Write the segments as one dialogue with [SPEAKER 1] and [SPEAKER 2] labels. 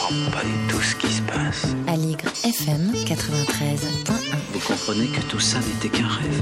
[SPEAKER 1] comprends pas du tout ce qui se passe.
[SPEAKER 2] Aligre FM 93.1.
[SPEAKER 1] Vous comprenez que tout ça n'était qu'un rêve.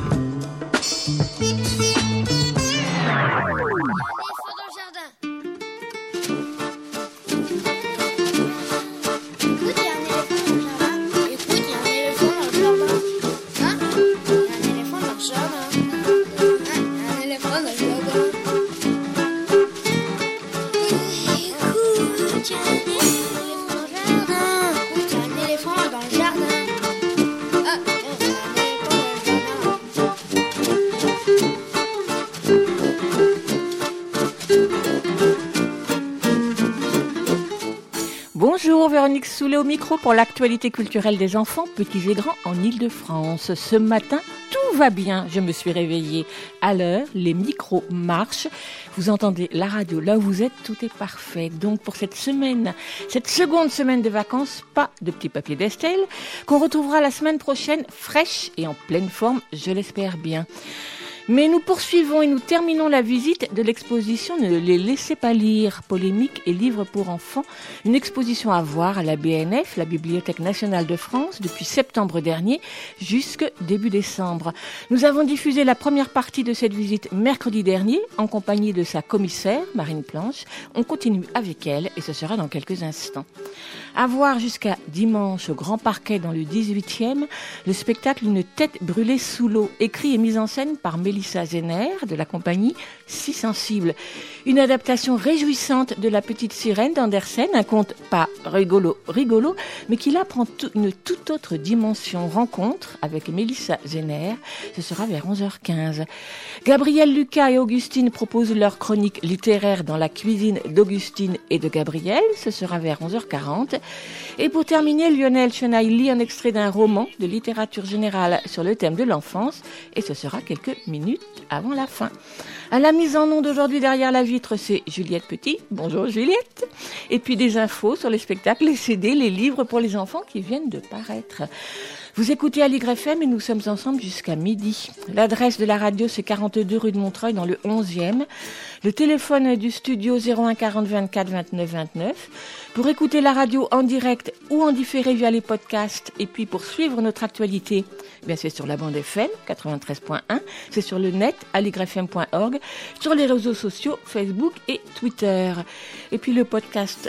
[SPEAKER 3] Bonjour, Véronique Soulet au micro pour l'actualité culturelle des enfants, petits et grands, en Île-de-France. Ce matin, tout va bien. Je me suis réveillée à l'heure, les micros marchent. Vous entendez la radio là où vous êtes, tout est parfait. Donc pour cette semaine, cette seconde semaine de vacances, pas de petit papier d'Estelle, qu'on retrouvera la semaine prochaine, fraîche et en pleine forme, je l'espère bien. Mais nous poursuivons et nous terminons la visite de l'exposition Ne les laissez pas lire, polémique et livres pour enfants. Une exposition à voir à la BNF, la Bibliothèque nationale de France, depuis septembre dernier jusque début décembre. Nous avons diffusé la première partie de cette visite mercredi dernier en compagnie de sa commissaire, Marine Planche. On continue avec elle et ce sera dans quelques instants. À voir jusqu'à dimanche au Grand Parquet dans le 18e, le spectacle Une tête brûlée sous l'eau, écrit et mis en scène par Mélissa Zenner de la compagnie Si Sensible. Une adaptation réjouissante de La Petite Sirène d'Andersen, un conte pas rigolo, mais qui là prend une toute autre dimension. Rencontre avec Mélissa Zenner, ce sera vers 11h15. Gabriel Lucas et Augustine proposent leur chronique littéraire dans la cuisine d'Augustine et de Gabriel, ce sera vers 11h40. Et pour terminer, Lionel Chenaille lit un extrait d'un roman de littérature générale sur le thème de l'enfance, et ce sera quelques minutes avant la fin. À la mise en onde d'aujourd'hui derrière la vitre, c'est Juliette Petit. Bonjour Juliette. Et puis des infos sur les spectacles, les CD, les livres pour les enfants qui viennent de paraître. Vous écoutez Aligre FM et nous sommes ensemble jusqu'à midi. L'adresse de la radio, c'est 42 rue de Montreuil dans le 11e. Le téléphone du studio 01 40 24 29 29. Pour écouter la radio en direct ou en différé via les podcasts et puis pour suivre notre actualité, bien c'est sur la bande FM 93.1, c'est sur le net aligrefm.org, sur les réseaux sociaux Facebook et Twitter. Et puis le podcast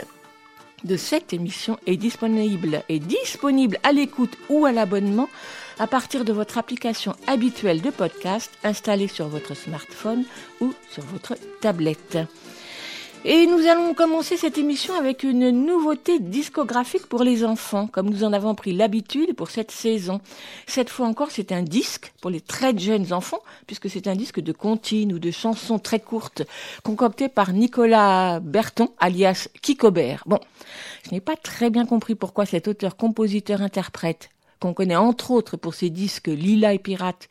[SPEAKER 3] de cette émission est disponible à l'écoute ou à l'abonnement à partir de votre application habituelle de podcast installée sur votre smartphone ou sur votre tablette. Et nous allons commencer cette émission avec une nouveauté discographique pour les enfants, comme nous en avons pris l'habitude pour cette saison. Cette fois encore, c'est un disque pour les très jeunes enfants, puisque c'est un disque de comptines ou de chansons très courtes, concocté par Nicolas Berton, alias Kikobert. Bon, je n'ai pas très bien compris pourquoi cet auteur-compositeur-interprète, qu'on connaît entre autres pour ses disques Lila et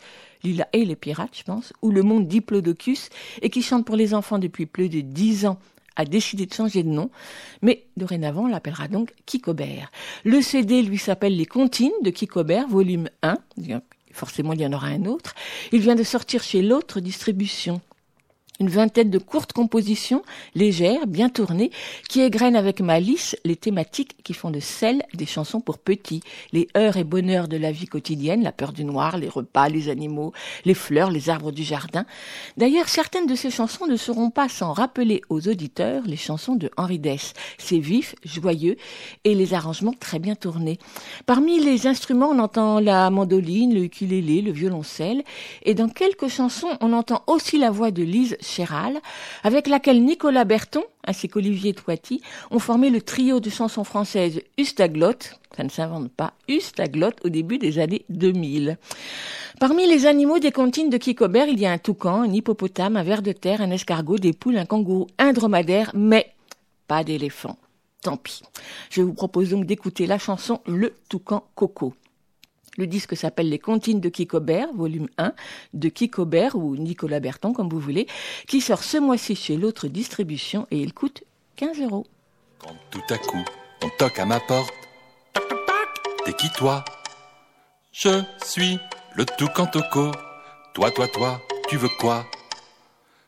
[SPEAKER 3] les Pirates, je pense, ou Le Monde Diplodocus, et qui chante pour les enfants depuis plus de 10 ans, a décidé de changer de nom, mais dorénavant on l'appellera donc Kikobert. Le CD lui s'appelle Les Comptines de Kikobert, volume 1, forcément il y en aura un autre. Il vient de sortir chez l'autre distribution. Une vingtaine de courtes compositions, légères, bien tournées, qui égrènent avec malice les thématiques qui font de celles des chansons pour petits. Les heures et bonheurs de la vie quotidienne, la peur du noir, les repas, les animaux, les fleurs, les arbres du jardin. D'ailleurs, certaines de ces chansons ne seront pas sans rappeler aux auditeurs les chansons de Henri Dess. C'est vif, joyeux et les arrangements très bien tournés. Parmi les instruments, on entend la mandoline, le ukulélé, le violoncelle. Et dans quelques chansons, on entend aussi la voix de Lise Chéral, avec laquelle Nicolas Berton, ainsi qu'Olivier Toiti, ont formé le trio de chansons françaises Ustaglotte, ça ne s'invente pas, Ustaglotte au début des années 2000. Parmi les animaux des comptines de Kikobert, il y a un toucan, un hippopotame, un ver de terre, un escargot, des poules, un kangourou, un dromadaire, mais pas d'éléphant. Tant pis. Je vous propose donc d'écouter la chanson Le Toucan Coco. Le disque s'appelle Les Comptines de Kikobert, volume 1, de Kikobert ou Nicolas Berton, comme vous voulez, qui sort ce mois-ci chez l'autre distribution et il coûte 15 €.
[SPEAKER 4] Quand tout à coup, on toque à ma porte, toc toc toc, t'es qui toi? Je suis le toucan Toco. Toi, tu veux quoi?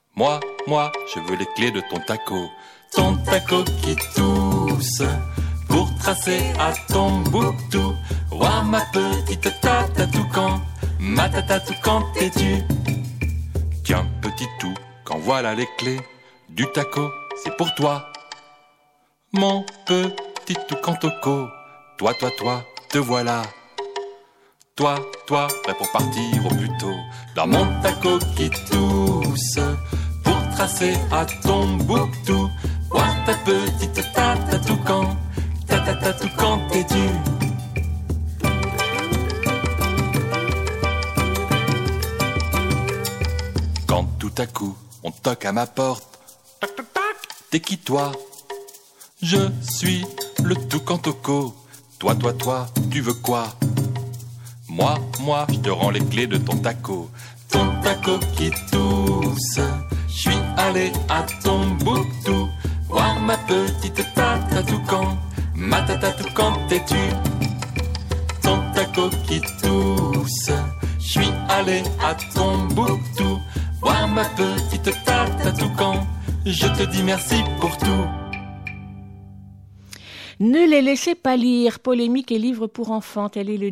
[SPEAKER 4] Moi, je veux les clés de ton taco. Ton taco qui tousse, pour tracer à Tombouctou. Ouah, ma petite tata toucan, ma tata toucan t'es-tu? Tiens, petit tout, quand voilà les clés du taco, c'est pour toi. Mon petit toucan toco, toi, te voilà. Toi, prêt pour partir au plus tôt, dans mon taco qui tousse, pour tracer à Tombouctou. Ouah, ta petite tata toucan, tata toucan t'es-tu? Quand tout à coup, on toque à ma porte, toc toc toc, t'es qui toi? Je suis le toucan toco, toi, tu veux quoi? Moi, je te rends les clés de ton taco qui tousse. Je suis allé à Tombouctou, voir ma petite tata toucan, ma tata toucan t'es-tu? Ton taco qui tousse. Je suis allé à Tombouctou, voir ma petite tata toucan. Je te dis merci pour tout.
[SPEAKER 3] Ne les laissez pas lire, polémique et livres pour enfants, tel est le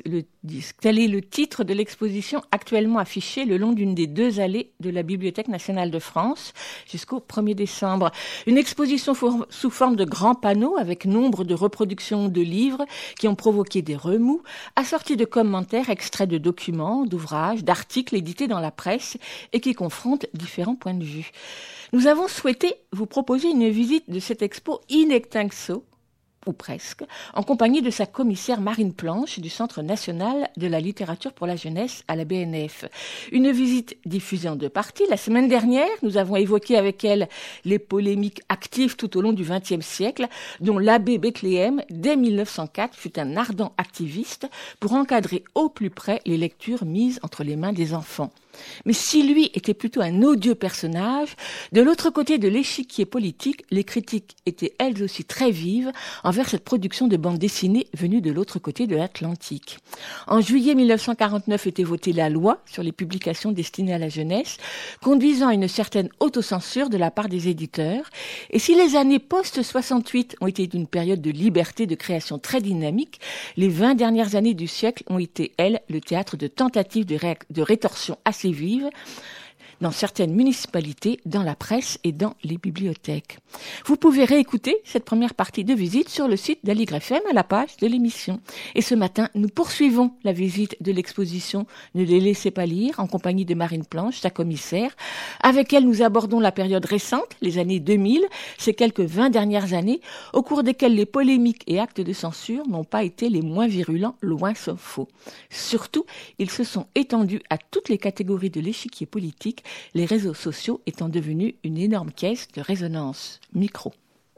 [SPEAKER 3] titre de l'exposition actuellement affichée le long d'une des 2 allées de la Bibliothèque nationale de France jusqu'au 1er décembre. Une exposition sous forme de grands panneaux avec nombre de reproductions de livres qui ont provoqué des remous, assortis de commentaires extraits de documents, d'ouvrages, d'articles édités dans la presse et qui confrontent différents points de vue. Nous avons souhaité vous proposer une visite de cette expo in extenso, ou presque, en compagnie de sa commissaire Marine Planche du Centre national de la littérature pour la jeunesse à la BNF. Une visite diffusée en 2 parties. La semaine dernière, nous avons évoqué avec elle les polémiques actives tout au long du XXe siècle, dont l'abbé Bethléem, dès 1904, fut un ardent activiste pour encadrer au plus près les lectures mises entre les mains des enfants. Mais si lui était plutôt un odieux personnage, de l'autre côté de l'échiquier politique, les critiques étaient elles aussi très vives envers cette production de bande dessinée venue de l'autre côté de l'Atlantique. En juillet 1949 était votée la loi sur les publications destinées à la jeunesse, conduisant à une certaine autocensure de la part des éditeurs. Et si les années post-68 ont été d'une période de liberté de création très dynamique, les 20 dernières années du siècle ont été, elles, le théâtre de tentatives de rétorsion assez vives dans certaines municipalités, dans la presse et dans les bibliothèques. Vous pouvez réécouter cette première partie de visite sur le site d'Aligre FM à la page de l'émission. Et ce matin, nous poursuivons la visite de l'exposition Ne les laissez pas lire en compagnie de Marine Planche, sa commissaire. Avec elle, nous abordons la période récente, les années 2000, ces quelques 20 dernières années, au cours desquelles les polémiques et actes de censure n'ont pas été les moins virulents, loin s'en faut. Surtout, ils se sont étendus à toutes les catégories de l'échiquier politique, les réseaux sociaux étant devenus une énorme caisse de résonance micro.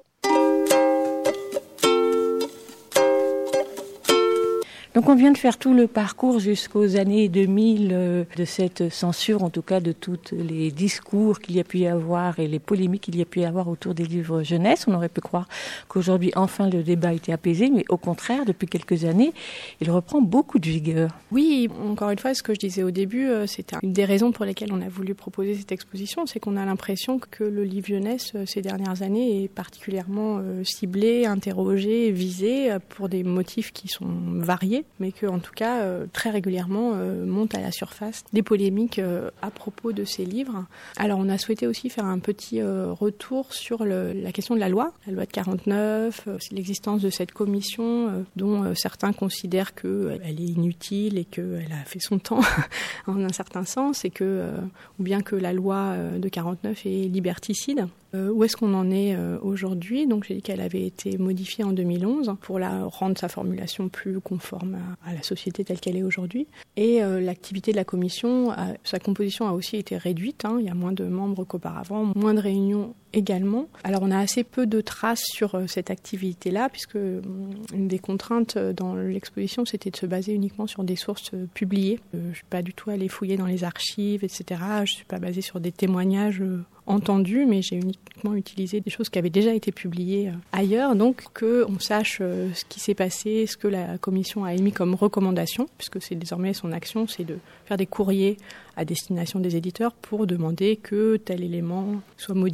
[SPEAKER 3] Donc on vient de faire tout le parcours jusqu'aux années 2000 de cette censure, en tout cas de tous les discours qu'il y a pu y avoir et les polémiques qu'il y a pu y avoir autour des livres jeunesse. On aurait pu croire qu'aujourd'hui, enfin, le débat était apaisé, mais au contraire, depuis quelques années, il reprend beaucoup de vigueur.
[SPEAKER 5] Oui, encore une fois, ce que je disais au début, c'était une des raisons pour lesquelles on a voulu proposer cette exposition, c'est qu'on a l'impression que le livre jeunesse, ces dernières années, est particulièrement ciblé, interrogé, visé pour des motifs qui sont variés, mais qu'en tout cas, très régulièrement, montent à la surface des polémiques à propos de ces livres. Alors, on a souhaité aussi faire un petit retour sur la question de la loi de 49, l'existence de cette commission dont certains considèrent qu'elle est inutile et qu'elle a fait son temps en un certain sens, et ou bien que la loi de 49 est liberticide. Où est-ce qu'on en est aujourd'hui? Donc j'ai dit qu'elle avait été modifiée en 2011 pour rendre sa formulation plus conforme à la société telle qu'elle est aujourd'hui. Et l'activité de la commission, sa composition a aussi été réduite. Il y a moins de membres qu'auparavant, moins de réunions également. Alors on a assez peu de traces sur cette activité-là, puisque une des contraintes dans l'exposition, c'était de se baser uniquement sur des sources publiées. Je ne suis pas du tout allée fouiller dans les archives, etc. Je ne suis pas basée sur des témoignages entendu, mais j'ai uniquement utilisé des choses qui avaient déjà été publiées ailleurs, donc qu'on sache ce qui s'est passé, ce que la commission a émis comme recommandation, puisque c'est désormais son action, c'est de faire des courriers à destination des éditeurs pour demander que tel élément soit modifié sur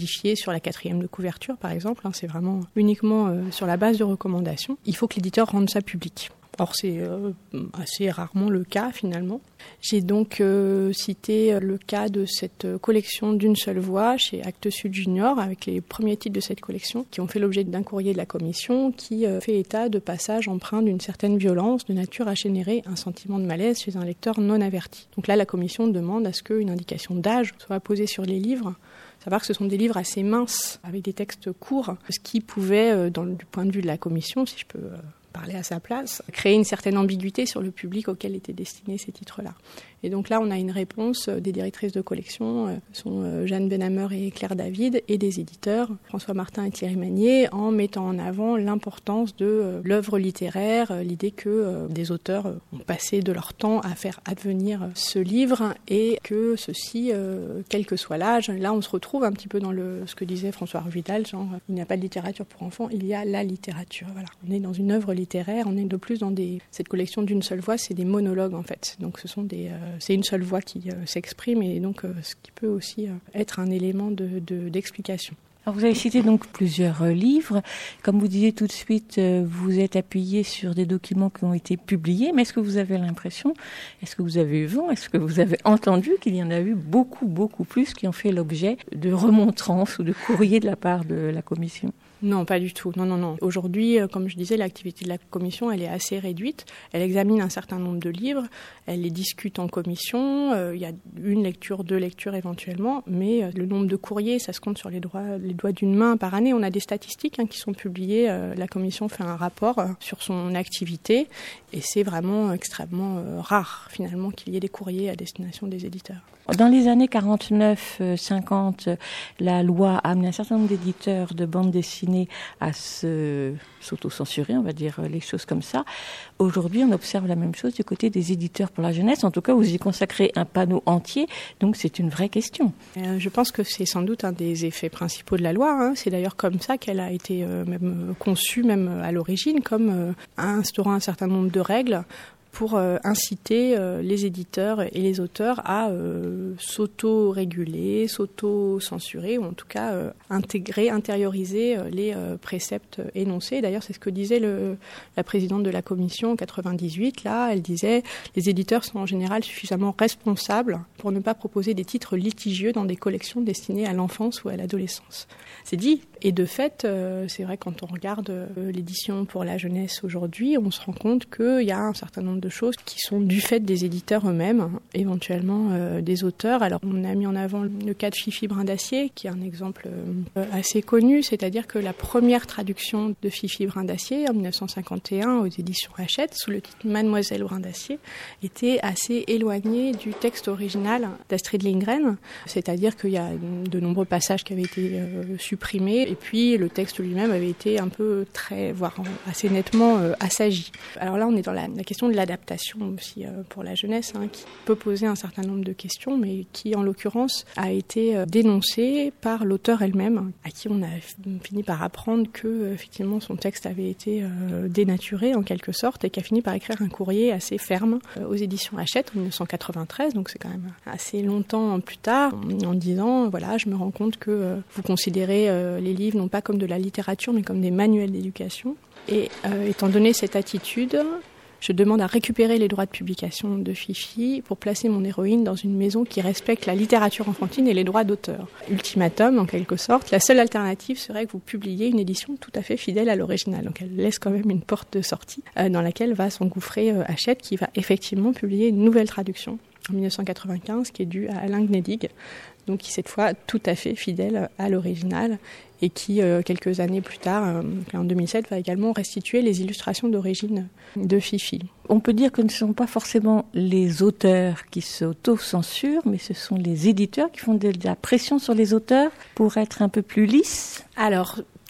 [SPEAKER 5] sur la 4e de couverture, par exemple. C'est vraiment uniquement sur la base de recommandations. Il faut que l'éditeur rende ça public. Or, c'est assez rarement le cas, finalement. J'ai donc cité le cas de cette collection d'une seule voix chez Actes Sud Junior, avec les premiers titres de cette collection, qui ont fait l'objet d'un courrier de la commission, qui fait état de passages empreints d'une certaine violence, de nature à générer un sentiment de malaise chez un lecteur non averti. Donc là, la commission demande à ce qu'une indication d'âge soit posée sur les livres. Savoir que ce sont des livres assez minces, avec des textes courts, ce qui pouvait, du point de vue de la commission, si je peux parler à sa place, créer une certaine ambiguïté sur le public auquel étaient destinés ces titres-là. Et donc là, on a une réponse des directrices de collection, sont Jeanne Benhammer et Claire David, et des éditeurs, François Martin et Thierry Magnier, en mettant en avant l'importance de l'œuvre littéraire, l'idée que des auteurs ont passé de leur temps à faire advenir ce livre, et que ceci, quel que soit l'âge, là on se retrouve un petit peu dans ce que disait François Vidal, genre il n'y a pas de littérature pour enfants, il y a la littérature. Voilà. On est dans une œuvre littéraire, on est de plus dans cette collection d'une seule voix, c'est des monologues en fait. Donc ce sont c'est une seule voix qui s'exprime, et donc ce qui peut aussi être un élément d'explication.
[SPEAKER 3] Alors vous avez cité donc plusieurs livres. Comme vous disiez tout de suite, vous êtes appuyé sur des documents qui ont été publiés, mais est-ce que vous avez l'impression, est-ce que vous avez eu vent, est-ce que vous avez entendu qu'il y en a eu beaucoup, beaucoup plus qui ont fait l'objet de remontrances ou de courriers de la part de la commission ?
[SPEAKER 5] Non, pas du tout. Non. Aujourd'hui, comme je disais, l'activité de la commission, elle est assez réduite. Elle examine un certain nombre de livres, elle les discute en commission. Il y a une lecture, 2 lectures éventuellement, mais le nombre de courriers, ça se compte sur les doigts d'une main par année. On a des statistiques qui sont publiées. La commission fait un rapport sur son activité, et c'est vraiment extrêmement rare, finalement, qu'il y ait des courriers à destination des éditeurs.
[SPEAKER 3] Dans les années 49-50, la loi a amené un certain nombre d'éditeurs de bandes dessinées à s'auto-censurer, on va dire les choses comme ça. Aujourd'hui, on observe la même chose du côté des éditeurs pour la jeunesse. En tout cas, vous y consacrez un panneau entier, donc c'est une vraie question.
[SPEAKER 5] Je pense que c'est sans doute un des effets principaux de la loi. C'est d'ailleurs comme ça qu'elle a été même conçue, même à l'origine, comme instaurant un certain nombre de règles pour inciter les éditeurs et les auteurs à s'auto-réguler, s'auto-censurer, ou en tout cas intérioriser les préceptes énoncés. D'ailleurs, c'est ce que disait la présidente de la commission en 98. Là, elle disait « Les éditeurs sont en général suffisamment responsables pour ne pas proposer des titres litigieux dans des collections destinées à l'enfance ou à l'adolescence. » C'est dit. Et de fait, c'est vrai, quand on regarde l'édition pour la jeunesse aujourd'hui, on se rend compte qu'il y a un certain nombre de choses qui sont du fait des éditeurs eux-mêmes, éventuellement des auteurs. Alors, on a mis en avant le cas de Fifi Brin d'Acier, qui est un exemple assez connu, c'est-à-dire que la première traduction de Fifi Brin d'Acier, en 1951, aux éditions Hachette, sous le titre Mademoiselle Brin d'Acier, était assez éloignée du texte original d'Astrid Lindgren, c'est-à-dire qu'il y a de nombreux passages qui avaient été supprimés, et puis le texte lui-même avait été un peu voire assez nettement assagi. Alors là, on est dans la question de l'adaptation aussi pour la jeunesse, qui peut poser un certain nombre de questions, mais qui, en l'occurrence, a été dénoncée par l'auteur elle-même, à qui on a fini par apprendre que, effectivement, son texte avait été dénaturé, en quelque sorte, et qui a fini par écrire un courrier assez ferme aux éditions Hachette, en 1993, donc c'est quand même assez longtemps plus tard, en disant, voilà, je me rends compte que vous considérez les livres non pas comme de la littérature, mais comme des manuels d'éducation. Et étant donné cette attitude, je demande à récupérer les droits de publication de Fifi pour placer mon héroïne dans une maison qui respecte la littérature enfantine et les droits d'auteur. Ultimatum, en quelque sorte, la seule alternative serait que vous publiez une édition tout à fait fidèle à l'original. Donc elle laisse quand même une porte de sortie dans laquelle va s'engouffrer Hachette, qui va effectivement publier une nouvelle traduction en 1995, qui est due à Alain Gnedig, donc qui cette fois tout à fait fidèle à l'original, et qui, quelques années plus tard, en 2007, va également restituer les illustrations d'origine de Fifi.
[SPEAKER 3] On peut dire que ce ne sont pas forcément les auteurs qui s'auto-censurent, mais ce sont les éditeurs qui font de la pression sur les auteurs pour être un peu plus lisses.
[SPEAKER 5] Alors,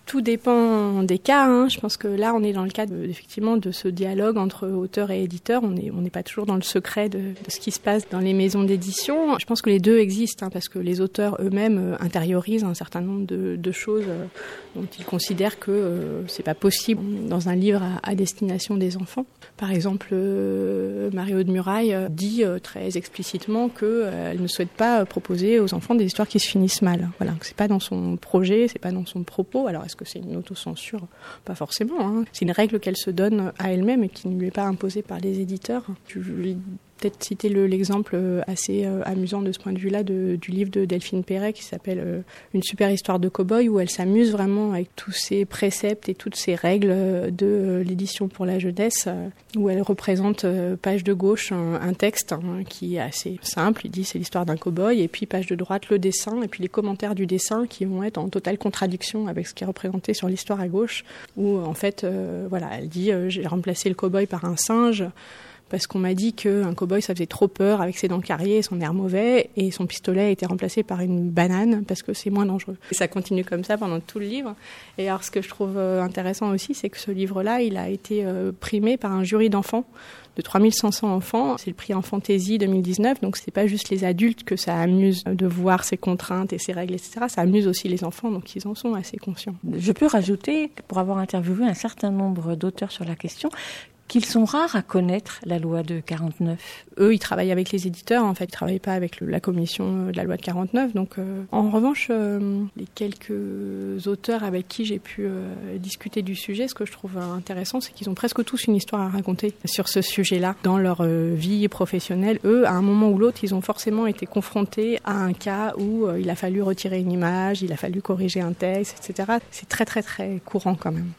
[SPEAKER 5] Tout dépend des cas. Je pense que là, on est dans le cadre effectivement de ce dialogue entre auteur et éditeur. On n'est pas toujours dans le secret de ce qui se passe dans les maisons d'édition. Je pense que les deux existent parce que les auteurs eux-mêmes intériorisent un certain nombre de choses dont ils considèrent que c'est pas possible dans un livre à destination des enfants. Par exemple, Marie-Aude Muraille dit très explicitement qu'elle ne souhaite pas proposer aux enfants des histoires qui se finissent mal. Voilà, c'est pas dans son projet, c'est pas dans son propos. Alors est-ce que c'est une autocensure ? Pas forcément. C'est une règle qu'elle se donne à elle-même et qui ne lui est pas imposée par les éditeurs. Je vais peut-être citer l'exemple assez amusant de ce point de vue-là du livre de Delphine Perret qui s'appelle Une super histoire de cow-boy, où elle s'amuse vraiment avec tous ces préceptes et toutes ces règles de l'édition pour la jeunesse, où elle représente page de gauche un texte qui est assez simple. Il dit c'est l'histoire d'un cow-boy, et puis page de droite le dessin, et puis les commentaires du dessin qui vont être en totale contradiction avec ce qui est représenté sur l'histoire à gauche, où en fait, elle dit j'ai remplacé le cow-boy par un singe, parce qu'on m'a dit qu'un cow-boy, ça faisait trop peur avec ses dents carriées et son air mauvais, et son pistolet a été remplacé par une banane parce que c'est moins dangereux. Et ça continue comme ça pendant tout le livre. Et alors, ce que je trouve intéressant aussi, c'est que ce livre-là, il a été primé par un jury d'enfants de 3500 enfants. C'est le prix en fantaisie 2019, donc c'est pas juste les adultes que ça amuse de voir ces contraintes et ces règles, etc. Ça amuse aussi les enfants, donc ils en sont assez conscients.
[SPEAKER 3] Je peux rajouter, pour avoir interviewé un certain nombre d'auteurs sur la question, qu'ils sont rares à connaître la loi de 49.
[SPEAKER 5] Eux, ils travaillent avec les éditeurs, en fait, ils ne travaillent pas avec la commission de la loi de 49. Donc, en revanche, les quelques auteurs avec qui j'ai pu discuter du sujet, ce que je trouve intéressant, c'est qu'ils ont presque tous une histoire à raconter sur ce sujet-là. Dans leur vie professionnelle, eux, à un moment ou l'autre, ils ont forcément été confrontés à un cas où il a fallu retirer une image, il a fallu corriger un texte, etc. C'est très, très, très courant quand même.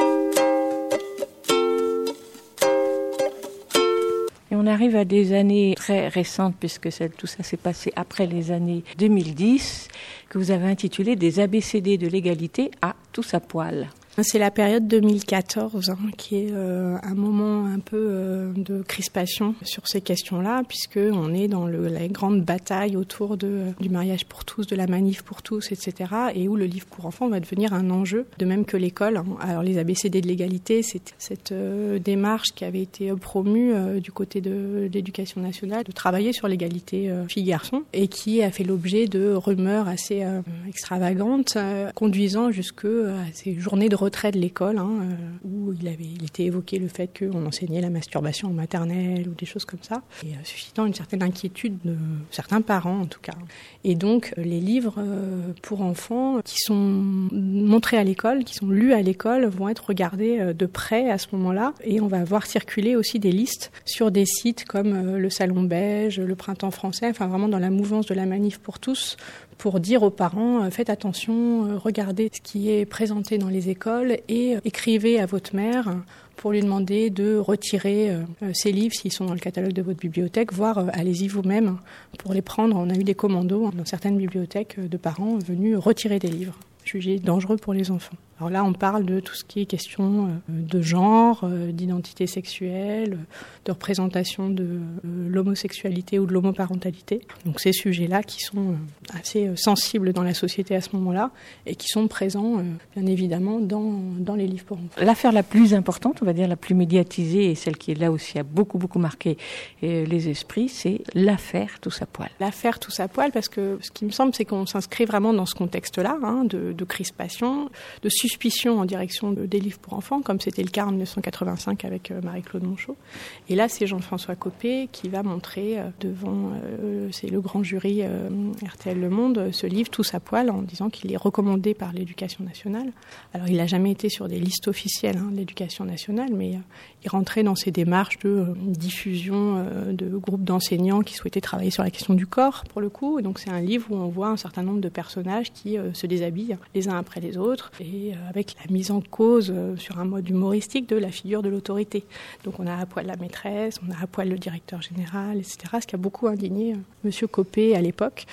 [SPEAKER 3] Et on arrive à des années très récentes, puisque tout ça s'est passé après les années 2010, que vous avez intitulé « Des ABCD de l'égalité à tous à poil ».
[SPEAKER 5] C'est la période 2014 qui est un moment un peu de crispation sur ces questions-là, puisqu'on est dans la grande bataille autour du mariage pour tous, de la manif pour tous, etc. et où le livre pour enfants va devenir un enjeu, de même que l'école. Alors les ABCD de l'égalité, c'est cette démarche qui avait été promue du côté de l'éducation nationale, de travailler sur l'égalité filles-garçons, et qui a fait l'objet de rumeurs assez extravagantes, conduisant jusqu'à ces journées de retrait de l'école, où il était évoqué le fait qu'on enseignait la masturbation en maternelle ou des choses comme ça, et suscitant une certaine inquiétude de certains parents en tout cas. Et donc les livres pour enfants qui sont montrés à l'école, qui sont lus à l'école, vont être regardés de près à ce moment-là, et on va voir circuler aussi des listes sur des sites comme le Salon Beige, le Printemps français, enfin vraiment dans la mouvance de la manif pour tous, pour dire aux parents, faites attention, regardez ce qui est présenté dans les écoles et écrivez à votre mère pour lui demander de retirer ces livres s'ils sont dans le catalogue de votre bibliothèque, voire allez-y vous-même pour les prendre. On a eu des commandos dans certaines bibliothèques de parents venus retirer des livres jugés dangereux pour les enfants. Alors là, on parle de tout ce qui est question de genre, d'identité sexuelle, de représentation de l'homosexualité ou de l'homoparentalité. Donc ces sujets-là qui sont assez sensibles dans la société à ce moment-là et qui sont présents, bien évidemment, dans les livres pour enfants.
[SPEAKER 3] L'affaire la plus importante, on va dire la plus médiatisée et celle qui là aussi a beaucoup marqué les esprits, c'est l'affaire Tous à poil.
[SPEAKER 5] L'affaire Tous à poil, parce que ce qui me semble, c'est qu'on s'inscrit vraiment dans ce contexte-là, de crispation, de suspicion en direction des livres pour enfants, comme c'était le cas en 1985 avec Marie-Claude Monchot. Et là, c'est Jean-François Copé qui va montrer devant c'est le grand jury RTL Le Monde, ce livre Tous à poil, en disant qu'il est recommandé par l'Éducation nationale. Alors, il n'a jamais été sur des listes officielles de l'Éducation nationale, mais il rentrait dans ces démarches de diffusion de groupes d'enseignants qui souhaitaient travailler sur la question du corps, pour le coup. Et donc, c'est un livre où on voit un certain nombre de personnages qui se déshabillent les uns après les autres, et avec la mise en cause sur un mode humoristique de la figure de l'autorité. Donc on a à poil la maîtresse, on a à poil le directeur général, etc., ce qui a beaucoup indigné Monsieur Copé à l'époque.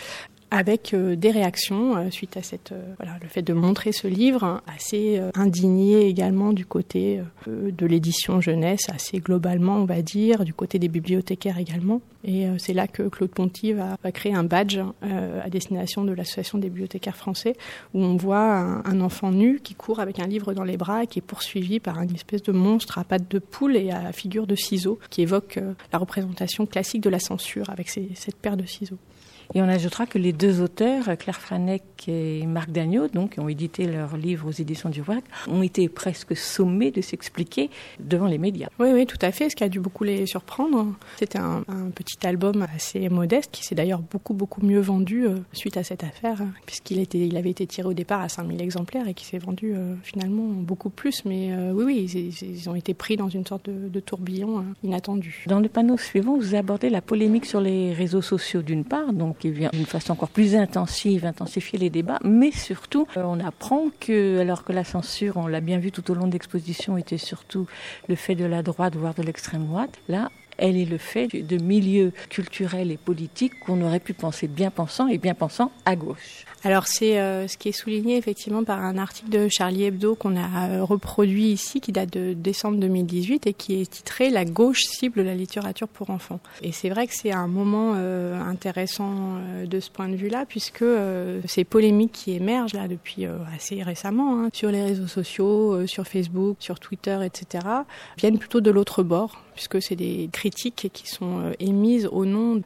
[SPEAKER 5] avec des réactions suite à le fait de montrer ce livre, assez indigné également du côté de l'édition jeunesse, assez globalement on va dire, du côté des bibliothécaires également. Et c'est là que Claude Ponty va créer un badge à destination de l'Association des bibliothécaires français, où on voit un enfant nu qui court avec un livre dans les bras et qui est poursuivi par une espèce de monstre à pattes de poule et à figure de ciseaux, qui évoque la représentation classique de la censure avec cette paire de ciseaux.
[SPEAKER 3] Et on ajoutera que les deux auteurs, Claire Franec et Marc Dagneau, donc, qui ont édité leur livre aux éditions du WAC, ont été presque sommés de s'expliquer devant les médias.
[SPEAKER 5] Oui, tout à fait, ce qui a dû beaucoup les surprendre. C'était un petit album assez modeste, qui s'est d'ailleurs beaucoup mieux vendu suite à cette affaire, puisqu'il avait été tiré au départ à 5000 exemplaires et qui s'est vendu finalement beaucoup plus. Mais ils ont été pris dans une sorte de tourbillon inattendu.
[SPEAKER 3] Dans le panneau suivant, vous abordez la polémique sur les réseaux sociaux d'une part, donc qui vient d'une façon encore plus intensifier les débats, mais surtout on apprend que, alors que la censure, on l'a bien vu tout au long de l'exposition, était surtout le fait de la droite, voire de l'extrême droite, là elle est le fait de milieux culturels et politiques qu'on aurait pu penser bien pensants à gauche.
[SPEAKER 5] Alors c'est ce qui est souligné effectivement par un article de Charlie Hebdo qu'on a reproduit ici, qui date de décembre 2018 et qui est titré « La gauche cible la littérature pour enfants ». Et c'est vrai que c'est un moment intéressant de ce point de vue-là, puisque ces polémiques qui émergent là depuis assez récemment sur les réseaux sociaux, sur Facebook, sur Twitter, etc., viennent plutôt de l'autre bord, puisque c'est des critiques qui sont émises au nom